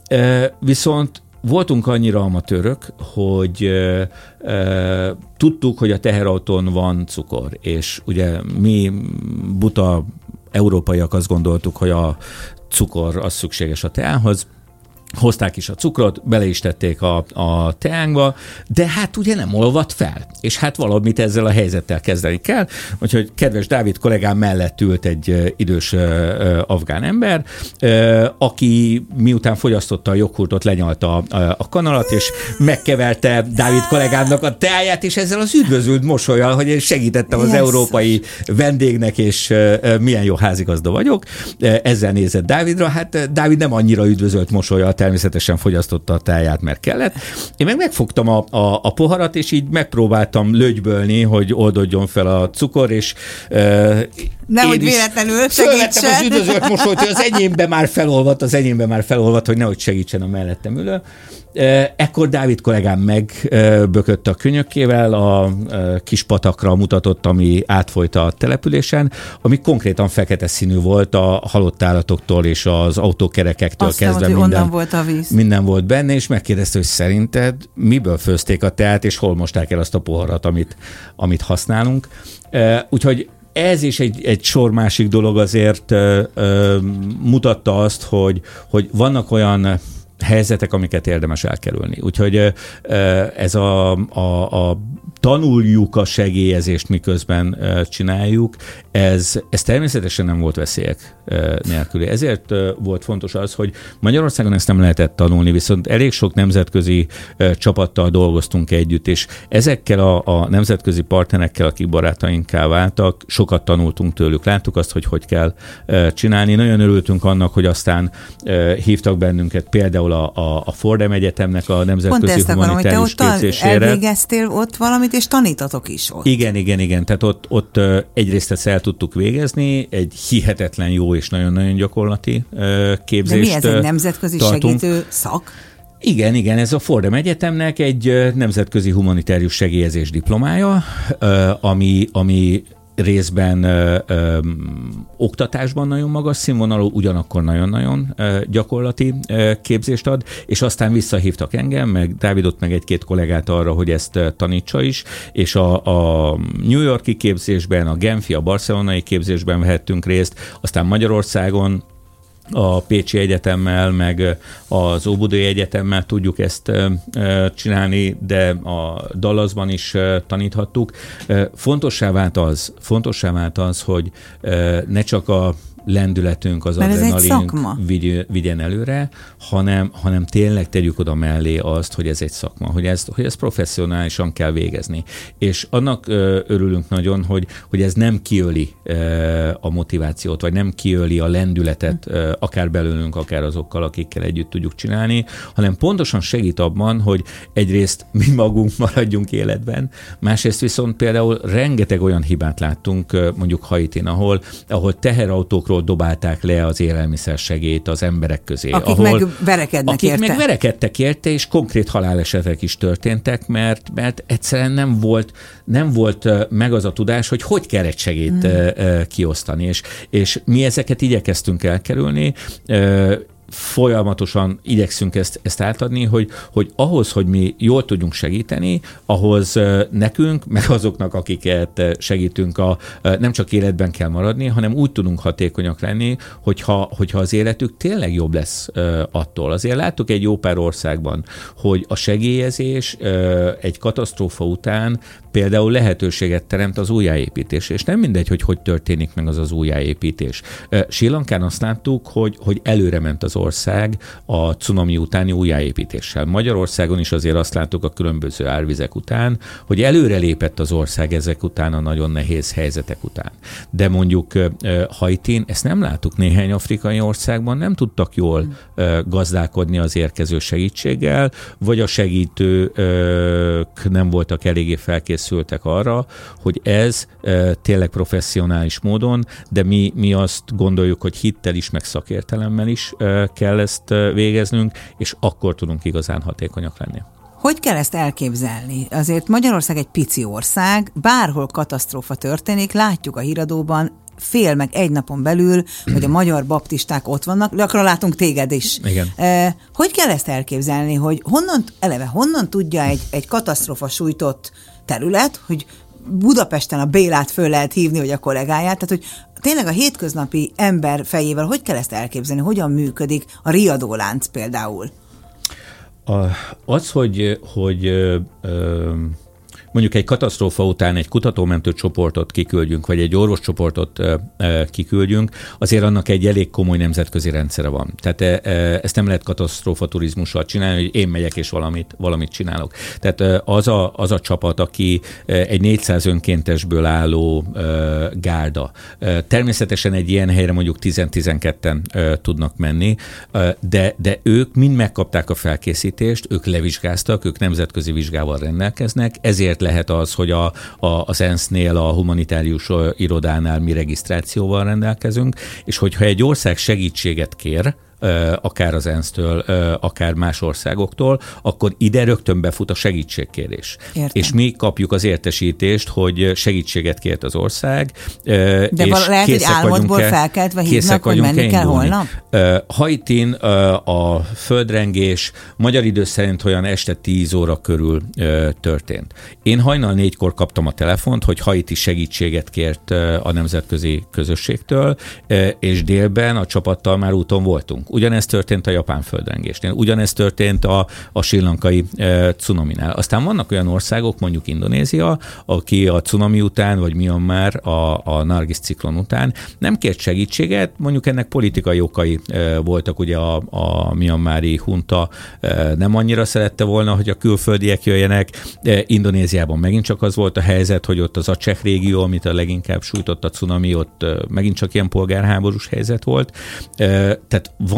Viszont voltunk annyira amatőrök, hogy e, e, tudtuk, hogy a teherautón van cukor, és ugye mi buta európaiak azt gondoltuk, hogy a cukor az szükséges a teához. Hozták is a cukrot, bele is tették a, a teánkba, de hát ugye nem olvadt fel, és hát valamit ezzel a helyzettel kezdeni kell, úgyhogy kedves Dávid kollégám mellett ült egy idős uh, uh, afgán ember, uh, aki miután fogyasztotta a joghurtot, lenyalta a, a kanalat, és megkevelte Dávid kollégámnak a teáját, és ezzel az üdvözült mosollyal, hogy én segítettem az yes. európai vendégnek, és uh, milyen jó házigazda vagyok. Uh, ezzel nézett Dávidra, hát Dávid nem annyira üdvözölt mosollyal, természetesen fogyasztotta a teáját, mert kellett. Én meg megfogtam a, a, a poharat, és így megpróbáltam lögybölni, hogy oldódjon fel a cukor, és uh, nehogy véletlenül segítsen. Az üdvözölt mosolyt, hogy az enyémbe már felolvadt, az enyémbe már felolvadt, hogy nehogy segítsen a mellettem ülő. Ekkor Dávid kollégám megbökött a könyökével, a kis patakra mutatott, ami átfolyt a településen, ami konkrétan fekete színű volt a halott állatoktól és az autókerekektől azt kezdve. Nem, minden, volt a víz. Minden volt benne, és megkérdezte, hogy szerinted miből főzték a teát, és hol mosták el azt a poharat, amit, amit használunk. Úgyhogy ez is egy, egy sor másik dolog azért ö, ö, mutatta azt, hogy, hogy vannak olyan helyzetek, amiket érdemes elkerülni. Úgyhogy ez a, a, a tanuljuk a segélyezést, miközben csináljuk, ez, ez természetesen nem volt veszélyek nélküli. Ezért volt fontos az, hogy Magyarországon ezt nem lehetett tanulni, viszont elég sok nemzetközi csapattal dolgoztunk együtt, és ezekkel a, a nemzetközi partnerekkel, akik barátainká váltak, sokat tanultunk tőlük. Láttuk azt, hogy hogy kell csinálni. Nagyon örültünk annak, hogy aztán hívtak bennünket például a, a, a Fordham Egyetemnek a nemzetközi humanitárius képzésére. Elvégeztél ott valamit, és tanítatok is ott. Igen, igen, igen. Tehát ott, ott egyrészt ezt el tudtuk végezni, egy hihetetlen jó és nagyon-nagyon gyakorlati képzést. De mi ez, egy nemzetközi tartunk. Segítő szak? Igen, igen, ez a Fordham Egyetemnek egy nemzetközi humanitárius segélyezés diplomája, ami, ami részben ö, ö, oktatásban nagyon magas színvonalú, ugyanakkor nagyon-nagyon ö, gyakorlati ö, képzést ad, és aztán visszahívtak engem, meg Dávidot, meg egy-két kollégát arra, hogy ezt ö, tanítsa is, és a, a New Yorki képzésben, a Genfi, a barcelonai képzésben vehettünk részt, aztán Magyarországon a Pécsi Egyetemmel, meg az Óbudai Egyetemmel tudjuk ezt csinálni, de a Dallasban is taníthattuk. Fontossá vált az, fontossá vált az, hogy ne csak a lendületünk, az adrenalinunk vigy, vigyen előre, hanem, hanem tényleg tegyük oda mellé azt, hogy ez egy szakma, hogy ezt, hogy ezt professzionálisan kell végezni. És annak ö, örülünk nagyon, hogy, hogy ez nem kiöli ö, a motivációt, vagy nem kiöli a lendületet, ö, akár belőlünk, akár azokkal, akikkel együtt tudjuk csinálni, hanem pontosan segít abban, hogy egyrészt mi magunk maradjunk életben, másrészt viszont például rengeteg olyan hibát láttunk, mondjuk Haitin, ahol, ahol teherautókról dobálták le az élelmiszersegélyt az emberek közé. Akik ahol, meg verekednek akik érte. meg verekedtek érte, és konkrét halálesetek is történtek, mert, mert egyszerűen nem volt, nem volt meg az a tudás, hogy hogy kell egy segélyt mm. kiosztani. És, és mi ezeket igyekeztünk elkerülni, folyamatosan igyekszünk ezt, ezt átadni, hogy, hogy ahhoz, hogy mi jól tudjunk segíteni, ahhoz nekünk, meg azoknak, akiket segítünk, a, nem csak életben kell maradni, hanem úgy tudunk hatékonyak lenni, hogyha, hogyha az életük tényleg jobb lesz attól. Azért láttuk egy jó pár országban, hogy a segélyezés egy katasztrófa után például lehetőséget teremt az újjáépítés, és nem mindegy, hogy hogy történik meg az az újjáépítés. Srí Lankán azt láttuk, hogy, hogy előre ment az ország a cunami utáni újjáépítéssel. Magyarországon is azért azt láttuk a különböző árvizek után, hogy előre lépett az ország ezek után a nagyon nehéz helyzetek után. De mondjuk Haitin ezt nem láttuk, néhány afrikai országban nem tudtak jól gazdálkodni az érkező segítséggel, vagy a segítők nem voltak eléggé felkészültek arra, hogy ez tényleg professzionális módon, de mi, mi azt gondoljuk, hogy hittel is, meg szakértelemmel is kell ezt végeznünk, és akkor tudunk igazán hatékonyak lenni. Hogy kell ezt elképzelni? Azért Magyarország egy pici ország, bárhol katasztrófa történik, látjuk a híradóban, fél meg egy napon belül, hogy a magyar baptisták ott vannak, gyakran látunk téged is. Igen. E, hogy kell ezt elképzelni, hogy honnan, eleve honnan tudja egy, egy katasztrófa sújtott terület, hogy Budapesten a Bélát föl lehet hívni, vagy a kollégáját, tehát hogy tényleg a hétköznapi ember fejével hogy kell ezt elképzelni, hogyan működik a riadólánc például? A, az, hogy, hogy ö, ö, mondjuk egy katasztrófa után egy kutatómentő csoportot kiküldjünk, vagy egy orvoscsoportot ö, ö, kiküldjünk, azért annak egy elég komoly nemzetközi rendszere van. Tehát ö, ezt nem lehet katasztrófa turizmussal csinálni, hogy én megyek és valamit, valamit csinálok. Tehát ö, az, a, az a csapat, aki egy négyszáz önkéntesből álló ö, gárda. Ö, természetesen egy ilyen helyre mondjuk tíz-tizenketten ö, tudnak menni, ö, de, de ők mind megkapták a felkészítést, ők levizsgáztak, ők nemzetközi vizsgával rendelkeznek, ezért lehet az, hogy a, a, az ENSZ-nél, a humanitárius irodánál mi regisztrációval rendelkezünk, és hogyha egy ország segítséget kér, akár az ENSZ-től, akár más országoktól, akkor ide rögtön befut a segítségkérés. Értem. És mi kapjuk az értesítést, hogy segítséget kért az ország, de és val- lehet, hogy álmodból felkeltve hívnak, hogy menni kell holnap? Haitin a földrengés magyar idő szerint olyan este tíz óra körül történt. Én hajnal négykor kaptam a telefont, hogy Haiti segítséget kért a nemzetközi közösségtől, és délben a csapattal már úton voltunk. Ugyanezt történt a japán földrengésnél, ugyanezt történt a, a srí lankai e, cunaminál. Aztán vannak olyan országok, mondjuk Indonézia, aki a cunami után, vagy Myanmar a, a Nargis ciklon után nem kért segítséget, mondjuk ennek politikai okai e, voltak, ugye a, a myanmari hunta e, nem annyira szerette volna, hogy a külföldiek jöjjenek. E, Indonéziában megint csak az volt a helyzet, hogy ott az Aceh régió, amit a leginkább sújtott a cunami, ott e, megint csak ilyen polgárháborús helyzet volt. E, tehát van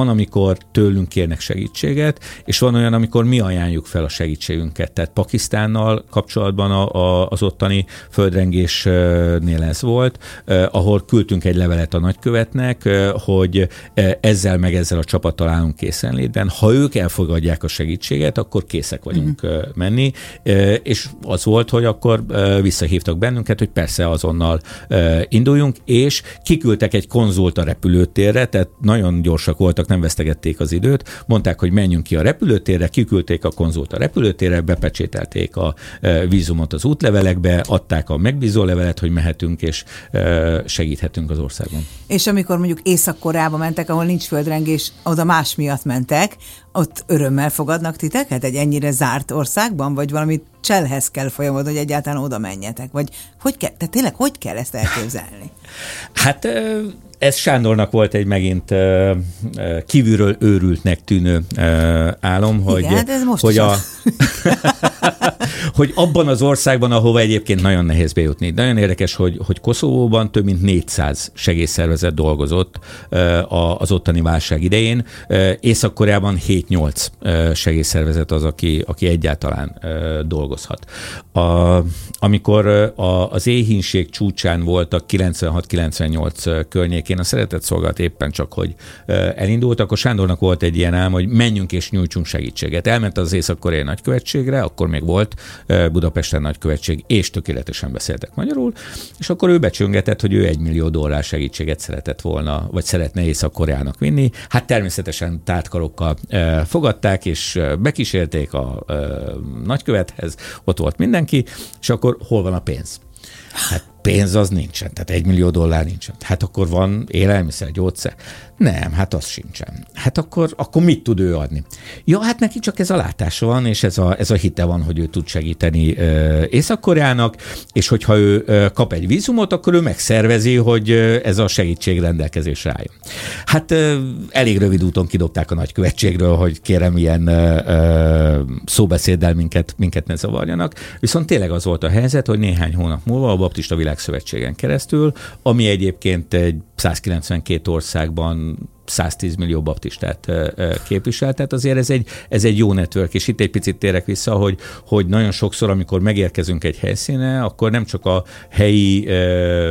van, amikor tőlünk kérnek segítséget, és van olyan, amikor mi ajánljuk fel a segítségünket. Tehát Pakisztánnal kapcsolatban a, a, az ottani földrengésnél ez volt, eh, ahol küldtünk egy levelet a nagykövetnek, eh, hogy eh, ezzel meg ezzel a csapattal állunk készenlétben. Ha ők elfogadják a segítséget, akkor készek vagyunk uh-huh. menni, eh, és az volt, hogy akkor eh, visszahívtak bennünket, hogy persze azonnal eh, induljunk, és kiküldtek egy konzult a repülőtérre, tehát nagyon gyorsak voltak, nem vesztegették az időt, mondták, hogy menjünk ki a repülőtérre, kiküldték a konzult a repülőtérre, bepecsételték a e, vízumot az útlevelekbe, adták a megbízó levelet, hogy mehetünk és e, segíthetünk az országban. És amikor mondjuk Észak-Koreába mentek, ahol nincs földrengés, oda más miatt mentek, ott örömmel fogadnak titeket egy ennyire zárt országban, vagy valami cselhez kell folyamodni, hogy egyáltalán oda menjetek? Vagy hogy kell, tehát tényleg hogy kell ezt elképzelni? Hát ez Sándornak volt egy megint kívülről őrültnek tűnő álom, hogy, igen, ez most hogy, a, hogy abban az országban, ahova egyébként nagyon nehéz bejutni. Nagyon érdekes, hogy, hogy Koszovóban több mint négyszáz segélyszervezet dolgozott az ottani válság idején. Észak-Koreában hét-nyolc segélyszervezet az, aki, aki egyáltalán dolgozhat. A, amikor a, az éhínség csúcsán voltak kilencvenhat kilencvennyolc környékén, a Szeretett Szolgálat éppen csak, hogy elindult, akkor Sándornak volt egy ilyen álm, hogy menjünk és nyújtsunk segítséget. Elment az Észak-Koreai nagykövetségre, akkor még volt Budapesten nagykövetség, és tökéletesen beszéltek magyarul, és akkor ő becsöngetett, hogy ő egy millió dollár segítséget szeretett volna, vagy szeretne Észak-Koreának vinni. Hát természetesen tártkarokkal fogadták, és bekísérték a nagykövethez, ott volt mindenki, és akkor hol van a pénz? Hát pénz az nincsen, tehát egy millió dollár nincsen. Hát akkor van élelmiszer, gyógyszer? Nem, hát az sincsen. Hát akkor, akkor mit tud ő adni? Ja, hát neki csak ez a látása van, és ez a, ez a hite van, hogy ő tud segíteni uh, Észak-Koreának, és hogyha ő uh, kap egy vízumot, akkor ő megszervezi, hogy uh, ez a segítség rendelkezésre álljon. Hát uh, elég rövid úton kidobták a nagykövetségről, hogy kérem, ilyen uh, uh, szóbeszéddel minket, minket ne zavarjanak. Viszont tényleg az volt a helyzet, hogy néhány hónap múlva a Baptista Világszövetségen keresztül, ami egyébként egy százkilencvenkét országban száztíz millió baptistát képvisel, tehát azért ez egy, ez egy jó network, és itt egy picit térek vissza, hogy, hogy nagyon sokszor, amikor megérkezünk egy helyszíne, akkor nem csak a helyi eh,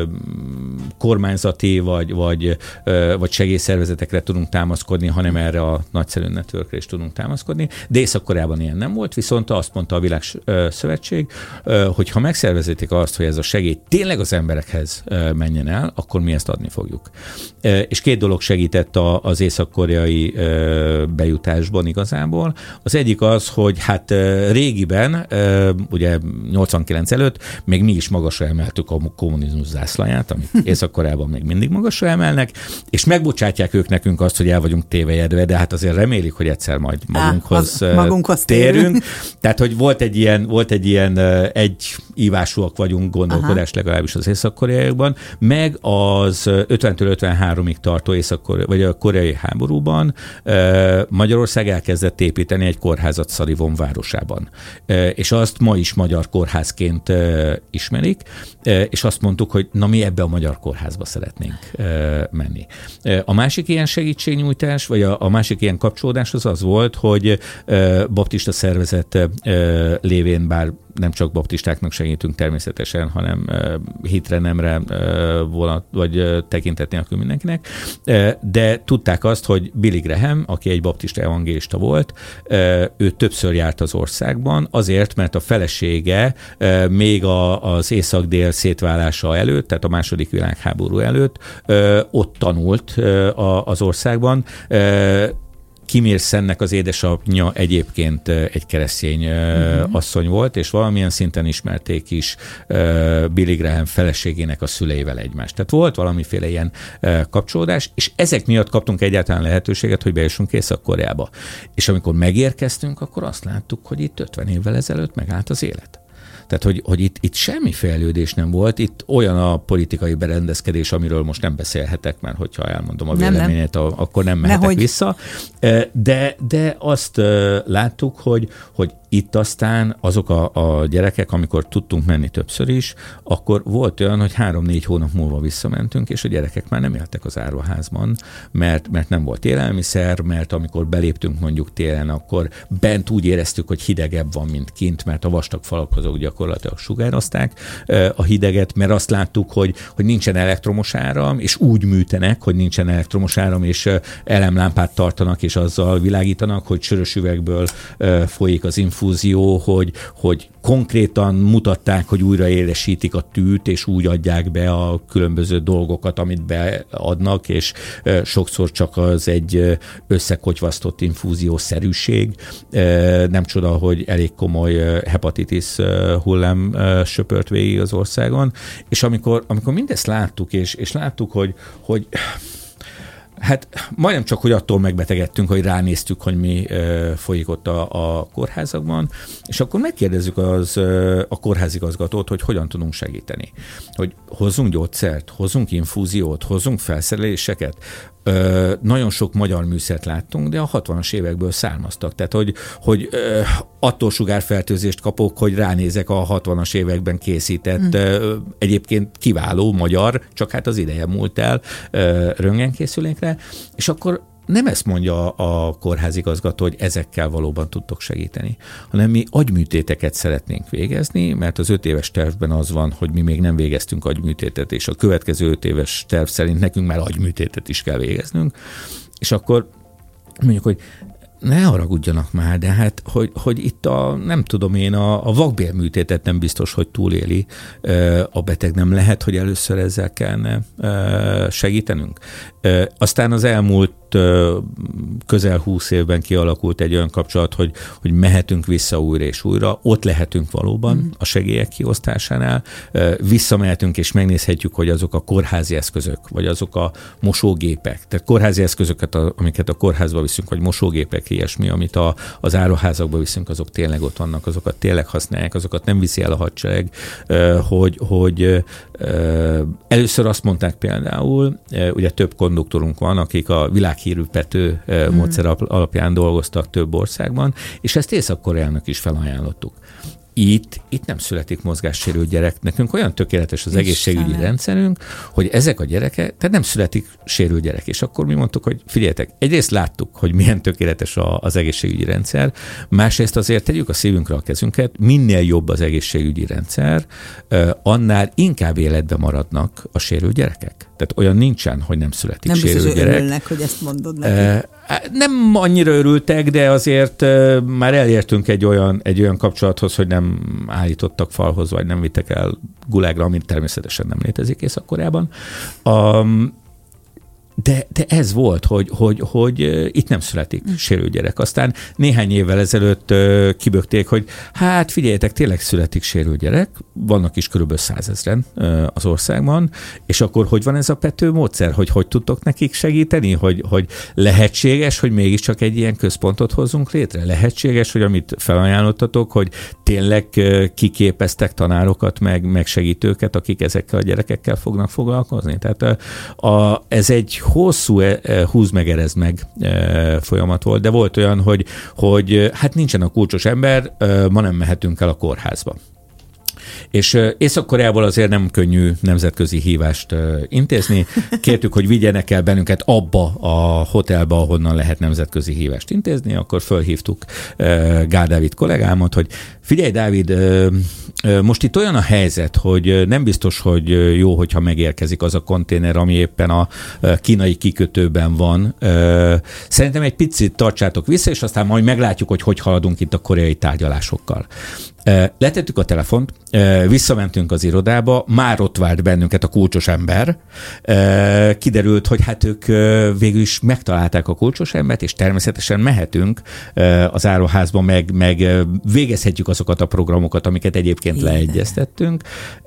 kormányzati vagy, vagy, eh, vagy segélyszervezetekre tudunk támaszkodni, hanem erre a nagyszerű networkre is tudunk támaszkodni, de Észak-Koreában ilyen nem volt, viszont azt mondta a Világszövetség, eh, hogy ha megszervezitek azt, hogy ez a segély tényleg az emberekhez eh, menjen el, akkor mi ezt adni fogjuk. Eh, és két dolog segített a az észak-koreai bejutásban igazából. Az egyik az, hogy hát régiben, ugye nyolcvankilenc előtt még mi is magasra emeltük a kommunizmus zászlaját, amit Észak-Koreában még mindig magasra emelnek, és megbocsátják ők nekünk azt, hogy el vagyunk tévejedve, de hát azért remélik, hogy egyszer majd magunkhoz, Á, magunkhoz térünk. térünk. Tehát, hogy volt egy ilyen, volt egy ilyen egy ívásúak vagyunk gondolkodás Aha. legalábbis az észak-koreaiakban, meg az ötventől ötvenháromig tartó észak-koreai, vagy a koreai háborúban Magyarország elkezdett építeni egy kórházat Szarivon városában. És azt ma is magyar kórházként ismerik, és azt mondtuk, hogy na mi ebbe a magyar kórházba szeretnénk menni. A másik ilyen segítségnyújtás, vagy a, a másik ilyen kapcsolódás az az volt, hogy baptista szervezet lévén, bár nem csak baptistáknak segítünk természetesen, hanem hitre, nemre vonat, vagy tekintet nélkül mindenkinek, de tudták azt, hogy Billy Graham, aki egy baptista evangélista volt, ő többször járt az országban, azért, mert a felesége még az észak-dél szétválása előtt, tehát a második világháború előtt ott tanult az országban. Kim Il-sennek az édesapja egyébként egy keresztény uh-huh. asszony volt, és valamilyen szinten ismerték is Billy Graham feleségének a szüleivel egymást. Tehát volt valamiféle ilyen kapcsolódás, és ezek miatt kaptunk egyáltalán lehetőséget, hogy bejussunk Észak-Koreába. És amikor megérkeztünk, akkor azt láttuk, hogy itt ötven évvel ezelőtt megállt az élet. Tehát, hogy, hogy itt, itt semmi fejlődés nem volt, itt olyan a politikai berendezkedés, amiről most nem beszélhetek, mert hogyha elmondom a véleményet, nem, nem. akkor nem mehetek Nehogy. vissza. De, de azt láttuk, hogy, hogy Itt aztán azok a, a gyerekek, amikor tudtunk menni többször is, akkor volt olyan, hogy három-négy hónap múlva visszamentünk, és a gyerekek már nem éltek az áruházban, mert, mert nem volt élelmiszer, mert amikor beléptünk mondjuk télen, akkor bent úgy éreztük, hogy hidegebb van, mint kint, mert a vastag falak azok gyakorlatilag sugározták a hideget, mert azt láttuk, hogy, hogy nincsen elektromos áram, és úgy műtenek, hogy nincsen elektromos áram, és elemlámpát tartanak, és azzal világítanak, hogy sörös üvegből folyik az infúzió, hogy, hogy konkrétan mutatták, hogy újraélesítik a tűt, és úgy adják be a különböző dolgokat, amit beadnak, és sokszor csak az egy összekotyvasztott infúziószerűség. Nem csoda, hogy elég komoly hepatitis hullám söpört végig az országon. És amikor, amikor mindezt láttuk, és, és láttuk, hogy, hogy hát majdnem csak, hogy attól megbetegedtünk, hogy ránéztük, hogy mi ö, folyik ott a, a kórházakban, és akkor megkérdezzük az, ö, a kórházigazgatót, hogy hogyan tudunk segíteni. Hogy hozzunk gyógyszert, hozzunk infúziót, hozzunk felszereléseket. Ö, nagyon sok magyar műszert láttunk, de a hatvanas évekből származtak. Tehát, hogy, hogy ö, attól sugárfertőzést kapok, hogy ránézek a hatvanas években készített, mm. ö, egyébként kiváló magyar, csak hát az ideje múlt el ö, röntgenkészülékre, és akkor nem ezt mondja a kórházigazgató, hogy ezekkel valóban tudtok segíteni, hanem mi agyműtéteket szeretnénk végezni, mert az öt éves tervben az van, hogy mi még nem végeztünk agyműtétet, és a következő öt éves terv szerint nekünk már agyműtétet is kell végeznünk, és akkor mondjuk, hogy ne haragudjanak már, de hát, hogy, hogy itt a, nem tudom én, a, a vakbélműtétet nem biztos, hogy túléli a beteg, nem lehet, hogy először ezzel kellene segítenünk. Aztán az elmúlt közel húsz évben kialakult egy olyan kapcsolat, hogy, hogy mehetünk vissza újra és újra, ott lehetünk valóban mm. a segélyek kiosztásánál, visszamehetünk és megnézhetjük, hogy azok a kórházi eszközök, vagy azok a mosógépek, tehát kórházi eszközöket, amiket a kórházba viszünk, vagy mosógépek, ilyesmi, amit a, az áruházakba viszünk, azok tényleg ott vannak, azokat tényleg használják, azokat nem viszi el a hadsereg, hogy, hogy először azt mondták például, ugye több konduktorunk van, akik a világhírű Pető hmm. módszer alapján dolgoztak több országban, és ezt Észak-Koreának is felajánlottuk. Itt, itt nem születik mozgássérült gyerek. Nekünk olyan tökéletes az Istenem. egészségügyi rendszerünk, hogy ezek a gyerekek, tehát nem születik sérült gyerek. És akkor mi mondtuk, hogy figyeljetek, egyrészt láttuk, hogy milyen tökéletes a, az egészségügyi rendszer, másrészt azért tegyük a szívünkre a kezünket, minél jobb az egészségügyi rendszer, annál inkább életben maradnak a sérült gyerekek. Tehát olyan nincsen, hogy nem születik nem sérült biztos, gyerek. Nem örülnek, hogy ezt mondod neki. Nem annyira örültek, de azért már elértünk egy olyan, egy olyan kapcsolathoz, hogy nem állítottak falhoz, vagy nem vittek el gulágra, amit természetesen nem létezik Észak-Koreában. Um, De, de ez volt, hogy, hogy, hogy itt nem születik mm. sérült gyerek. Aztán néhány évvel ezelőtt kibökték, hogy hát figyeljetek, tényleg születik sérült gyerek, vannak is körülbelül százezren az országban, és akkor hogy van ez a Pető módszer, hogy hogy tudtok nekik segíteni, hogy, hogy lehetséges, hogy mégiscsak egy ilyen központot hozzunk létre? Lehetséges, hogy amit felajánlottatok, hogy tényleg kiképeztek tanárokat, meg, meg segítőket, akik ezekkel a gyerekekkel fognak foglalkozni? Tehát a, ez egy hosszú húz meg, erezd meg folyamat volt, de volt olyan, hogy, hogy hát nincsen a kulcsos ember, ma nem mehetünk el a kórházba. És Észak-Koreából azért nem könnyű nemzetközi hívást intézni. Kértük, hogy vigyenek el bennünket abba a hotelba, ahonnan lehet nemzetközi hívást intézni, akkor fölhívtuk Gál Dávid kollégámat, hogy figyelj, Dávid, most itt olyan a helyzet, hogy nem biztos, hogy jó, hogyha megérkezik az a konténer, ami éppen a kínai kikötőben van. Szerintem egy picit tartsátok vissza, és aztán majd meglátjuk, hogy hogy haladunk itt a koreai tárgyalásokkal. Letettük a telefont, visszamentünk az irodába, már ott várt bennünket a kulcsos ember. Kiderült, hogy hát ők végül is megtalálták a kulcsos embert, és természetesen mehetünk az áruházba, meg, meg végezhetjük azokat a programokat, amiket egyébként Igen. leegyeztettünk.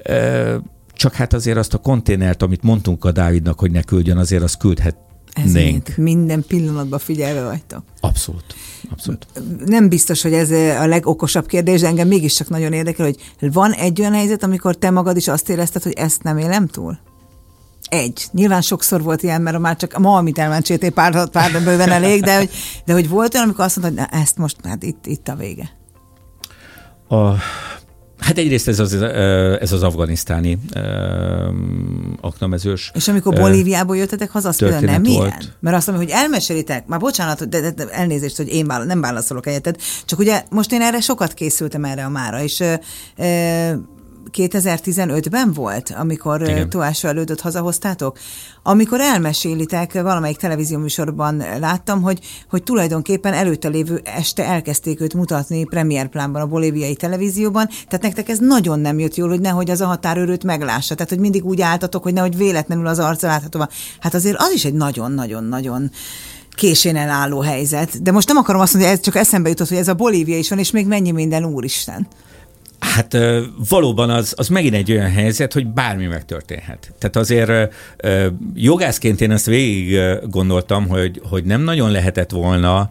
Csak hát azért azt a konténert, amit mondtunk a Dávidnak, hogy ne küldjön, azért azt küldhet. Ezért minden pillanatban figyelve vagytok. Abszolút. Abszolút. Nem biztos, hogy ez a legokosabb kérdés, de engem mégiscsak nagyon érdekel, hogy van egy olyan helyzet, amikor te magad is azt érezted, hogy ezt nem élem túl? Egy. Nyilván sokszor volt ilyen, mert már csak ma, amit elmentsétél pár, pár bőven elég, de hogy, de hogy volt olyan, amikor azt mondtad, hogy na, ezt most már itt, itt a vége. A, hát egyrészt ez az, ez az afganisztáni uh, aknamezős. És amikor Bolíviából jöttetek haza, az például nem volt. ilyen? Mert azt mondom, hogy elmeselitek, már bocsánat, de, de, de elnézést, hogy én vála, nem válaszolok helyetted, csak ugye most én erre sokat készültem erre a mára, és uh, kétezer-tizenötben volt, amikor Igen. tojásra elődöt hazahoztátok? Amikor elmesélitek, valamelyik televízióműsorban láttam, hogy, hogy tulajdonképpen előtte lévő este elkezdték őt mutatni premierplánban a bolíviai televízióban, tehát nektek ez nagyon nem jött jól, hogy nehogy az a határőröt meglássa, tehát hogy mindig úgy álltatok, hogy nehogy véletlenül az arca látható. Hát azért az is egy nagyon-nagyon-nagyon későn elálló helyzet. De most nem akarom azt mondani, hogy ez csak eszembe jutott, hogy ez a Bolívia is van, és még mennyi minden, úristen. Hát valóban az, az megint egy olyan helyzet, hogy bármi megtörténhet. Tehát azért jogászként én ezt végig gondoltam, hogy, hogy nem nagyon lehetett volna,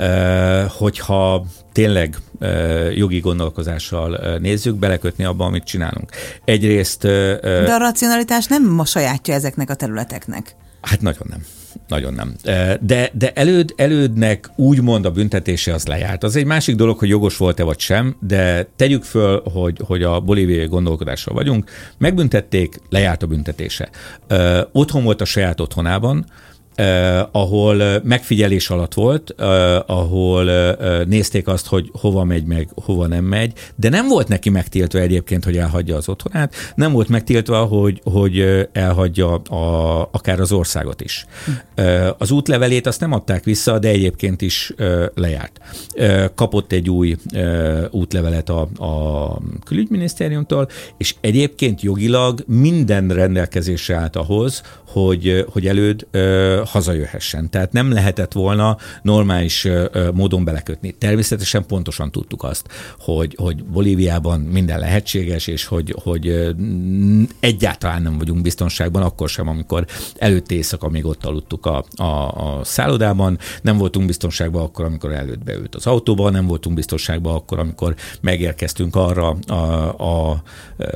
hogyha tényleg jogi gondolkozással nézzük, belekötni abba, amit csinálunk. Egyrészt... De a racionalitás nem a sajátja ezeknek a területeknek. Hát nagyon nem. Nagyon nem. De, de előd, elődnek úgymond a büntetése az lejárt. Az egy másik dolog, hogy jogos volt-e vagy sem, de tegyük föl, hogy, hogy a bolíviai gondolkodással vagyunk, megbüntették, lejárt a büntetése. Otthon volt a saját otthonában, Uh, ahol uh, megfigyelés alatt volt, uh, ahol uh, nézték azt, hogy hova megy meg, hova nem megy, de nem volt neki megtiltva egyébként, hogy elhagyja az otthonát, nem volt megtiltva, hogy, hogy uh, elhagyja a, akár az országot is. Hm. Uh, az útlevelét azt nem adták vissza, de egyébként is uh, lejárt. Uh, kapott egy új uh, útlevelet a, a külügyminisztériumtól, és egyébként jogilag minden rendelkezésre állt ahhoz, hogy, hogy előd uh, hazajöhessen. Tehát nem lehetett volna normális uh, módon belekötni. Természetesen pontosan tudtuk azt, hogy, hogy Bolíviában minden lehetséges, és hogy, hogy uh, egyáltalán nem vagyunk biztonságban, akkor sem, amikor előtte éjszaka még ott aludtuk a, a, a szállodában, nem voltunk biztonságban akkor, amikor előtt beült az autóba, nem voltunk biztonságban akkor, amikor megérkeztünk arra a, a, a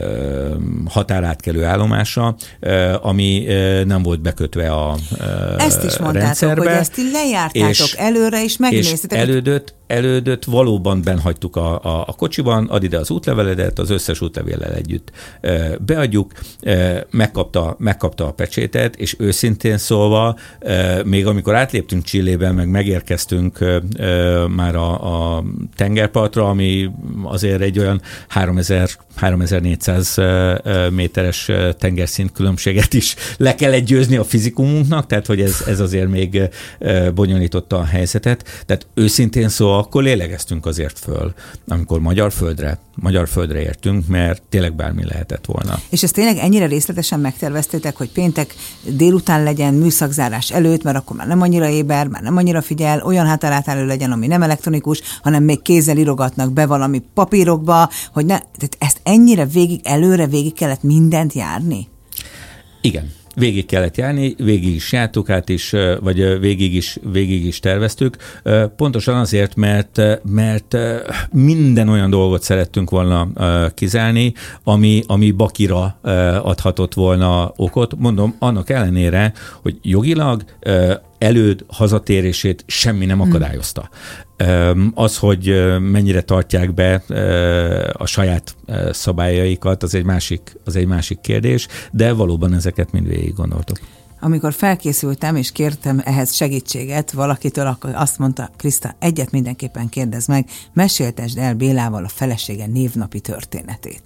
határátkelő állomásra, ami nem volt bekötve a Ezt is mondtátok, rendszerbe, hogy ezt lejártátok és, előre, és megnéztétek. És elődött, elődött valóban benhagytuk a, a, a kocsiban, add ide az útleveledet, az összes útlevéllel együtt e, beadjuk, e, megkapta, megkapta a pecsétet, és őszintén szólva, e, még amikor átléptünk Chilében, meg megérkeztünk e, e, már a, a tengerpartra, ami azért egy olyan háromezer-háromezer-négyszáz méteres tengerszint különbséget is le kellett győzni a fizikumunknak, tehát hogy ez, ez azért még bonyolította a helyzetet. Tehát őszintén szóval akkor lélegeztünk azért föl, amikor magyar földre, magyar földre értünk, mert tényleg bármi lehetett volna. És ezt tényleg ennyire részletesen megterveztétek, hogy péntek délután legyen műszakzárás előtt, mert akkor már nem annyira éber, már nem annyira figyel, olyan hátárátálló legyen, ami nem elektronikus, hanem még kézzel írogatnak be valami papírokba, hogy ne, tehát ezt ennyire végig, előre végig kellett mindent járni? Igen. Végig kellett járni, végig is jártuk át is, vagy végig is, végig is terveztük. Pontosan azért, mert, mert minden olyan dolgot szerettünk volna kizárni, ami, ami bakira adhatott volna okot. Mondom, annak ellenére, hogy jogilag előd hazatérését semmi nem akadályozta. Az, hogy mennyire tartják be a saját szabályaikat, az egy másik, az egy másik kérdés, de valóban ezeket mind végig gondoltuk. Amikor felkészültem, és kértem ehhez segítséget valakitől, akkor azt mondta, Kriszta, egyet mindenképpen kérdezd meg, meséltesd el Bélával a felesége névnapi történetét.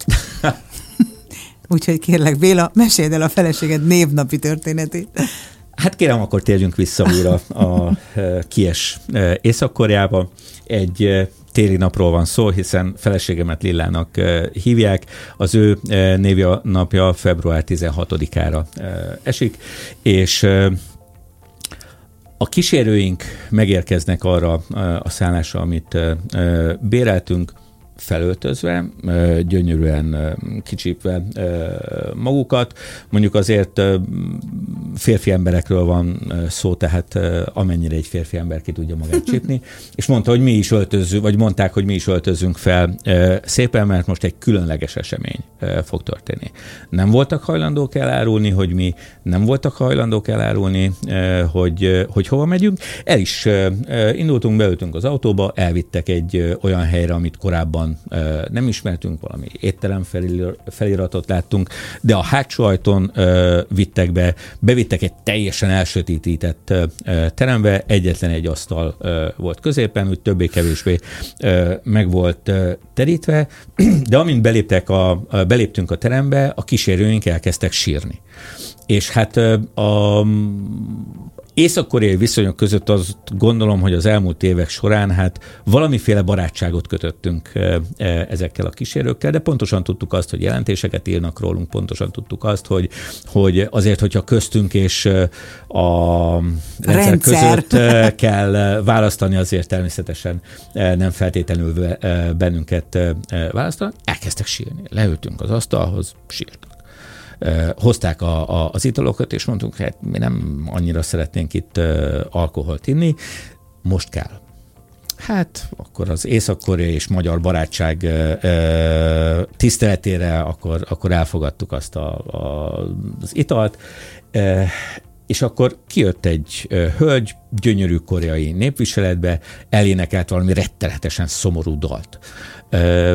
Úgyhogy kérlek, Béla, meséld el a feleséged névnapi történetét. Hát kérem, akkor térjünk vissza újra a Kies Észak-Koreába. Egy téli napról van szó, hiszen feleségemet Lillának hívják. Az ő névnapja február tizenhatodikára esik, és a kísérőink megérkeznek arra a szállásra, amit béreltünk, felöltözve, gyönyörűen kicsípve magukat. Mondjuk azért férfi emberekről van szó, tehát amennyire egy férfi ember ki tudja magát csípni, és mondta, hogy mi is öltözzünk, vagy mondták, hogy mi is öltözzünk fel szépen, mert most egy különleges esemény fog történni. Nem voltak hajlandók elárulni, hogy mi, nem voltak hajlandók elárulni, hogy, hogy hova megyünk. El is indultunk, beültünk az autóba, elvittek egy olyan helyre, amit korábban nem ismertünk, valami étterem feliratot láttunk, de a hátsó ajtón vittek be, bevittek egy teljesen elsötétített terembe, egyetlen egy asztal volt középen, úgy többé-kevésbé meg volt terítve, de amint beléptek a, beléptünk a terembe, a kísérőink elkezdtek sírni. És hát a észak-koreai viszonyok között azt gondolom, hogy az elmúlt évek során hát valamiféle barátságot kötöttünk ezekkel a kísérőkkel, de pontosan tudtuk azt, hogy jelentéseket írnak rólunk, pontosan tudtuk azt, hogy, hogy azért, hogyha köztünk és a rendszer, rendszer között kell választani, azért természetesen nem feltétlenül bennünket választani. Elkezdtek sírni. Leültünk az asztalhoz, sírtak. Hozták a, a, az italokat, és mondtunk, hogy hát mi nem annyira szeretnénk itt uh, alkoholt inni, most kell. Hát akkor az észak-koreai és magyar barátság uh, uh, tiszteletére akkor, akkor elfogadtuk azt a, a, az italt, uh, és akkor kijött egy uh, hölgy, gyönyörű koreai népviseletbe, elénekelt valami rettenetesen szomorú dalt. Uh,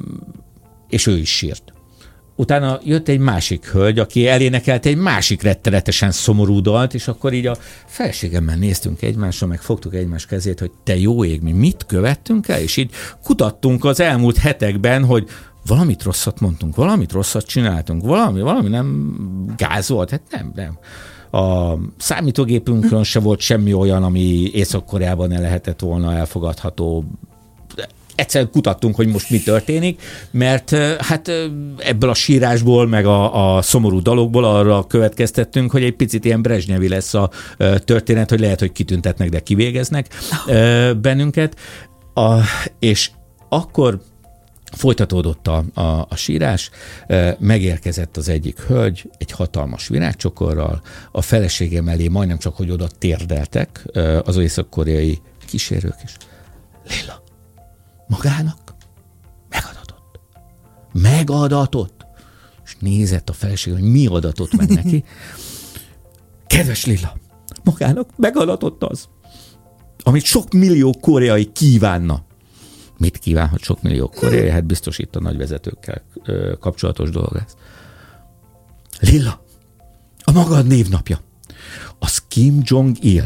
és ő is sírt. Utána jött egy másik hölgy, aki elénekelt egy másik rettenetesen szomorú dalt, és akkor így a feleségemmel néztünk egymásra, meg fogtuk egymás kezét, hogy te jó ég, mi mit követtünk el, és így kutattunk az elmúlt hetekben, hogy valamit rosszat mondtunk, valamit rosszat csináltunk, valami, valami nem gáz volt, hát nem, nem. A számítógépünkön se volt semmi olyan, ami Észak-Koreában ne lehetett volna elfogadható. Egyszerűen kutattunk, hogy most mi történik, mert hát ebből a sírásból, meg a, a szomorú dalokból arra következtettünk, hogy egy picit ilyen Brezsnyevi lesz a történet, hogy lehet, hogy kitüntetnek, de kivégeznek bennünket. A, és akkor folytatódott a, a, a sírás, megérkezett az egyik hölgy egy hatalmas virágcsokorral, a feleségem elé majdnem csak, hogy oda térdeltek az észak-koreai kísérők is. Lilla, magának megadatott. Megadatott. És nézett a feleség, hogy mi adatott meg neki. Kedves Lilla, magának megadatott az, amit sok millió koreai kívánna. Mit kívánhat sok millió koreai? Hát biztos itt a nagyvezetőkkel kapcsolatos dolog ez. Lilla, a magad névnapja. Az Kim Jong-il.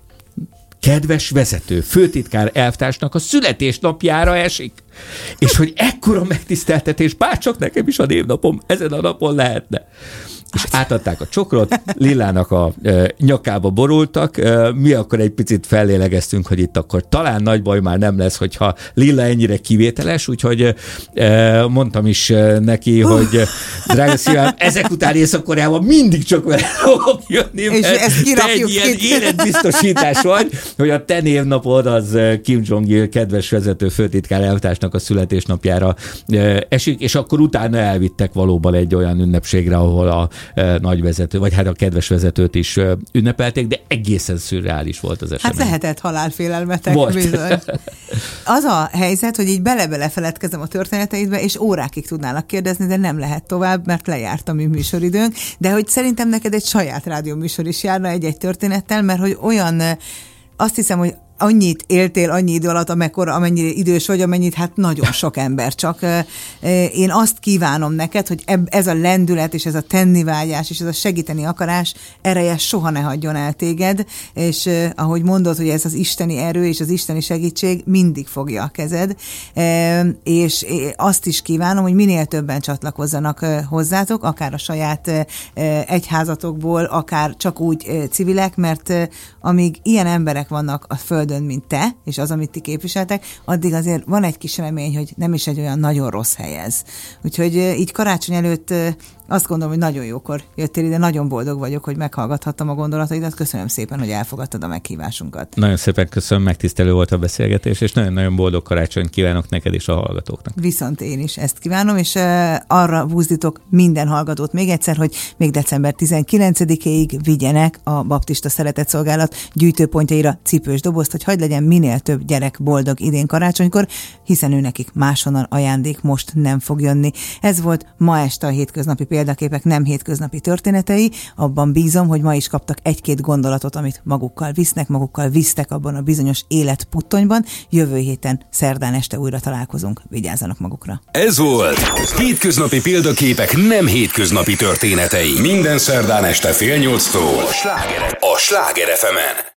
Kedves vezető, főtitkár elvtársnak a születésnapjára esik. És hogy ekkora megtiszteltetés, bárcsak nekem is a névnapom ezen a napon lehetne. És átadták a csokrot, Lillának a e, nyakába borultak, e, mi akkor egy picit fellélegeztünk, hogy itt akkor talán nagy baj már nem lesz, hogyha Lilla ennyire kivételes, úgyhogy e, mondtam is neki, hogy drága szívem, ezek után Észak-Koreában mindig csak vele fogok jönni, és ezt te egy ilyen életbiztosítás vagy, hogy a te névnapod az Kim Jong-il kedves vezető főtitkár elvtársnak a születésnapjára e, esik, és akkor utána elvittek valóban egy olyan ünnepségre, ahol a nagyvezető, vagy hát a kedves vezetőt is ünnepelték, de egészen szürreális volt az esemény. Hát lehetett halálfélelmetek bizony. Az a helyzet, hogy így bele-bele feledkezem a történeteidbe, és órákig tudnának kérdezni, de nem lehet tovább, mert lejárt a mi műsoridőnk, de hogy szerintem neked egy saját rádióműsor is járna egy-egy történettel, mert hogy olyan, azt hiszem, hogy annyit éltél annyi idő alatt, amekkora, amennyire idős vagy, amennyit hát nagyon sok ember. Csak én azt kívánom neked, hogy ez a lendület, és ez a tennivágyás, és ez a segíteni akarás ereje soha ne hagyjon el téged, és ahogy mondod, hogy ez az isteni erő és az isteni segítség mindig fogja a kezed, és azt is kívánom, hogy minél többen csatlakozzanak hozzátok, akár a saját egyházatokból, akár csak úgy civilek, mert amíg ilyen emberek vannak a föld, mint te, és az, amit ti képviseltek, addig azért van egy kis remény, hogy nem is egy olyan nagyon rossz hely ez. Úgyhogy így karácsony előtt Azt gondolom, hogy nagyon jókor jöttél ide, nagyon boldog vagyok, hogy meghallgathattam a gondolataidat. Köszönöm szépen, hogy elfogadtad a meghívásunkat. Nagyon szépen köszönöm, megtisztelő volt a beszélgetés, és nagyon-nagyon boldog karácsonyt kívánok neked és a hallgatóknak. Viszont én is ezt kívánom, és arra buzdítok minden hallgatót még egyszer, hogy még december tizenkilencedikéig vigyenek a Baptista Szeretetszolgálat gyűjtőpontjaira cipős dobozt, hogy hadd legyen minél több gyerek boldog idén karácsonykor, hiszen ő nekik máshonnan ajándék most nem fog jönni. Ez volt ma este a Hétköznapi Példaképek nem hétköznapi történetei. Abban bízom, hogy ma is kaptak egy-két gondolatot, amit magukkal visznek, magukkal visztek abban a bizonyos életputtonyban. Jövő héten szerdán este újra találkozunk. Vigyázzanak magukra. Ez volt Hétköznapi Példaképek nem hétköznapi történetei. Minden szerdán este fél nyolctól a Sláger ef emen.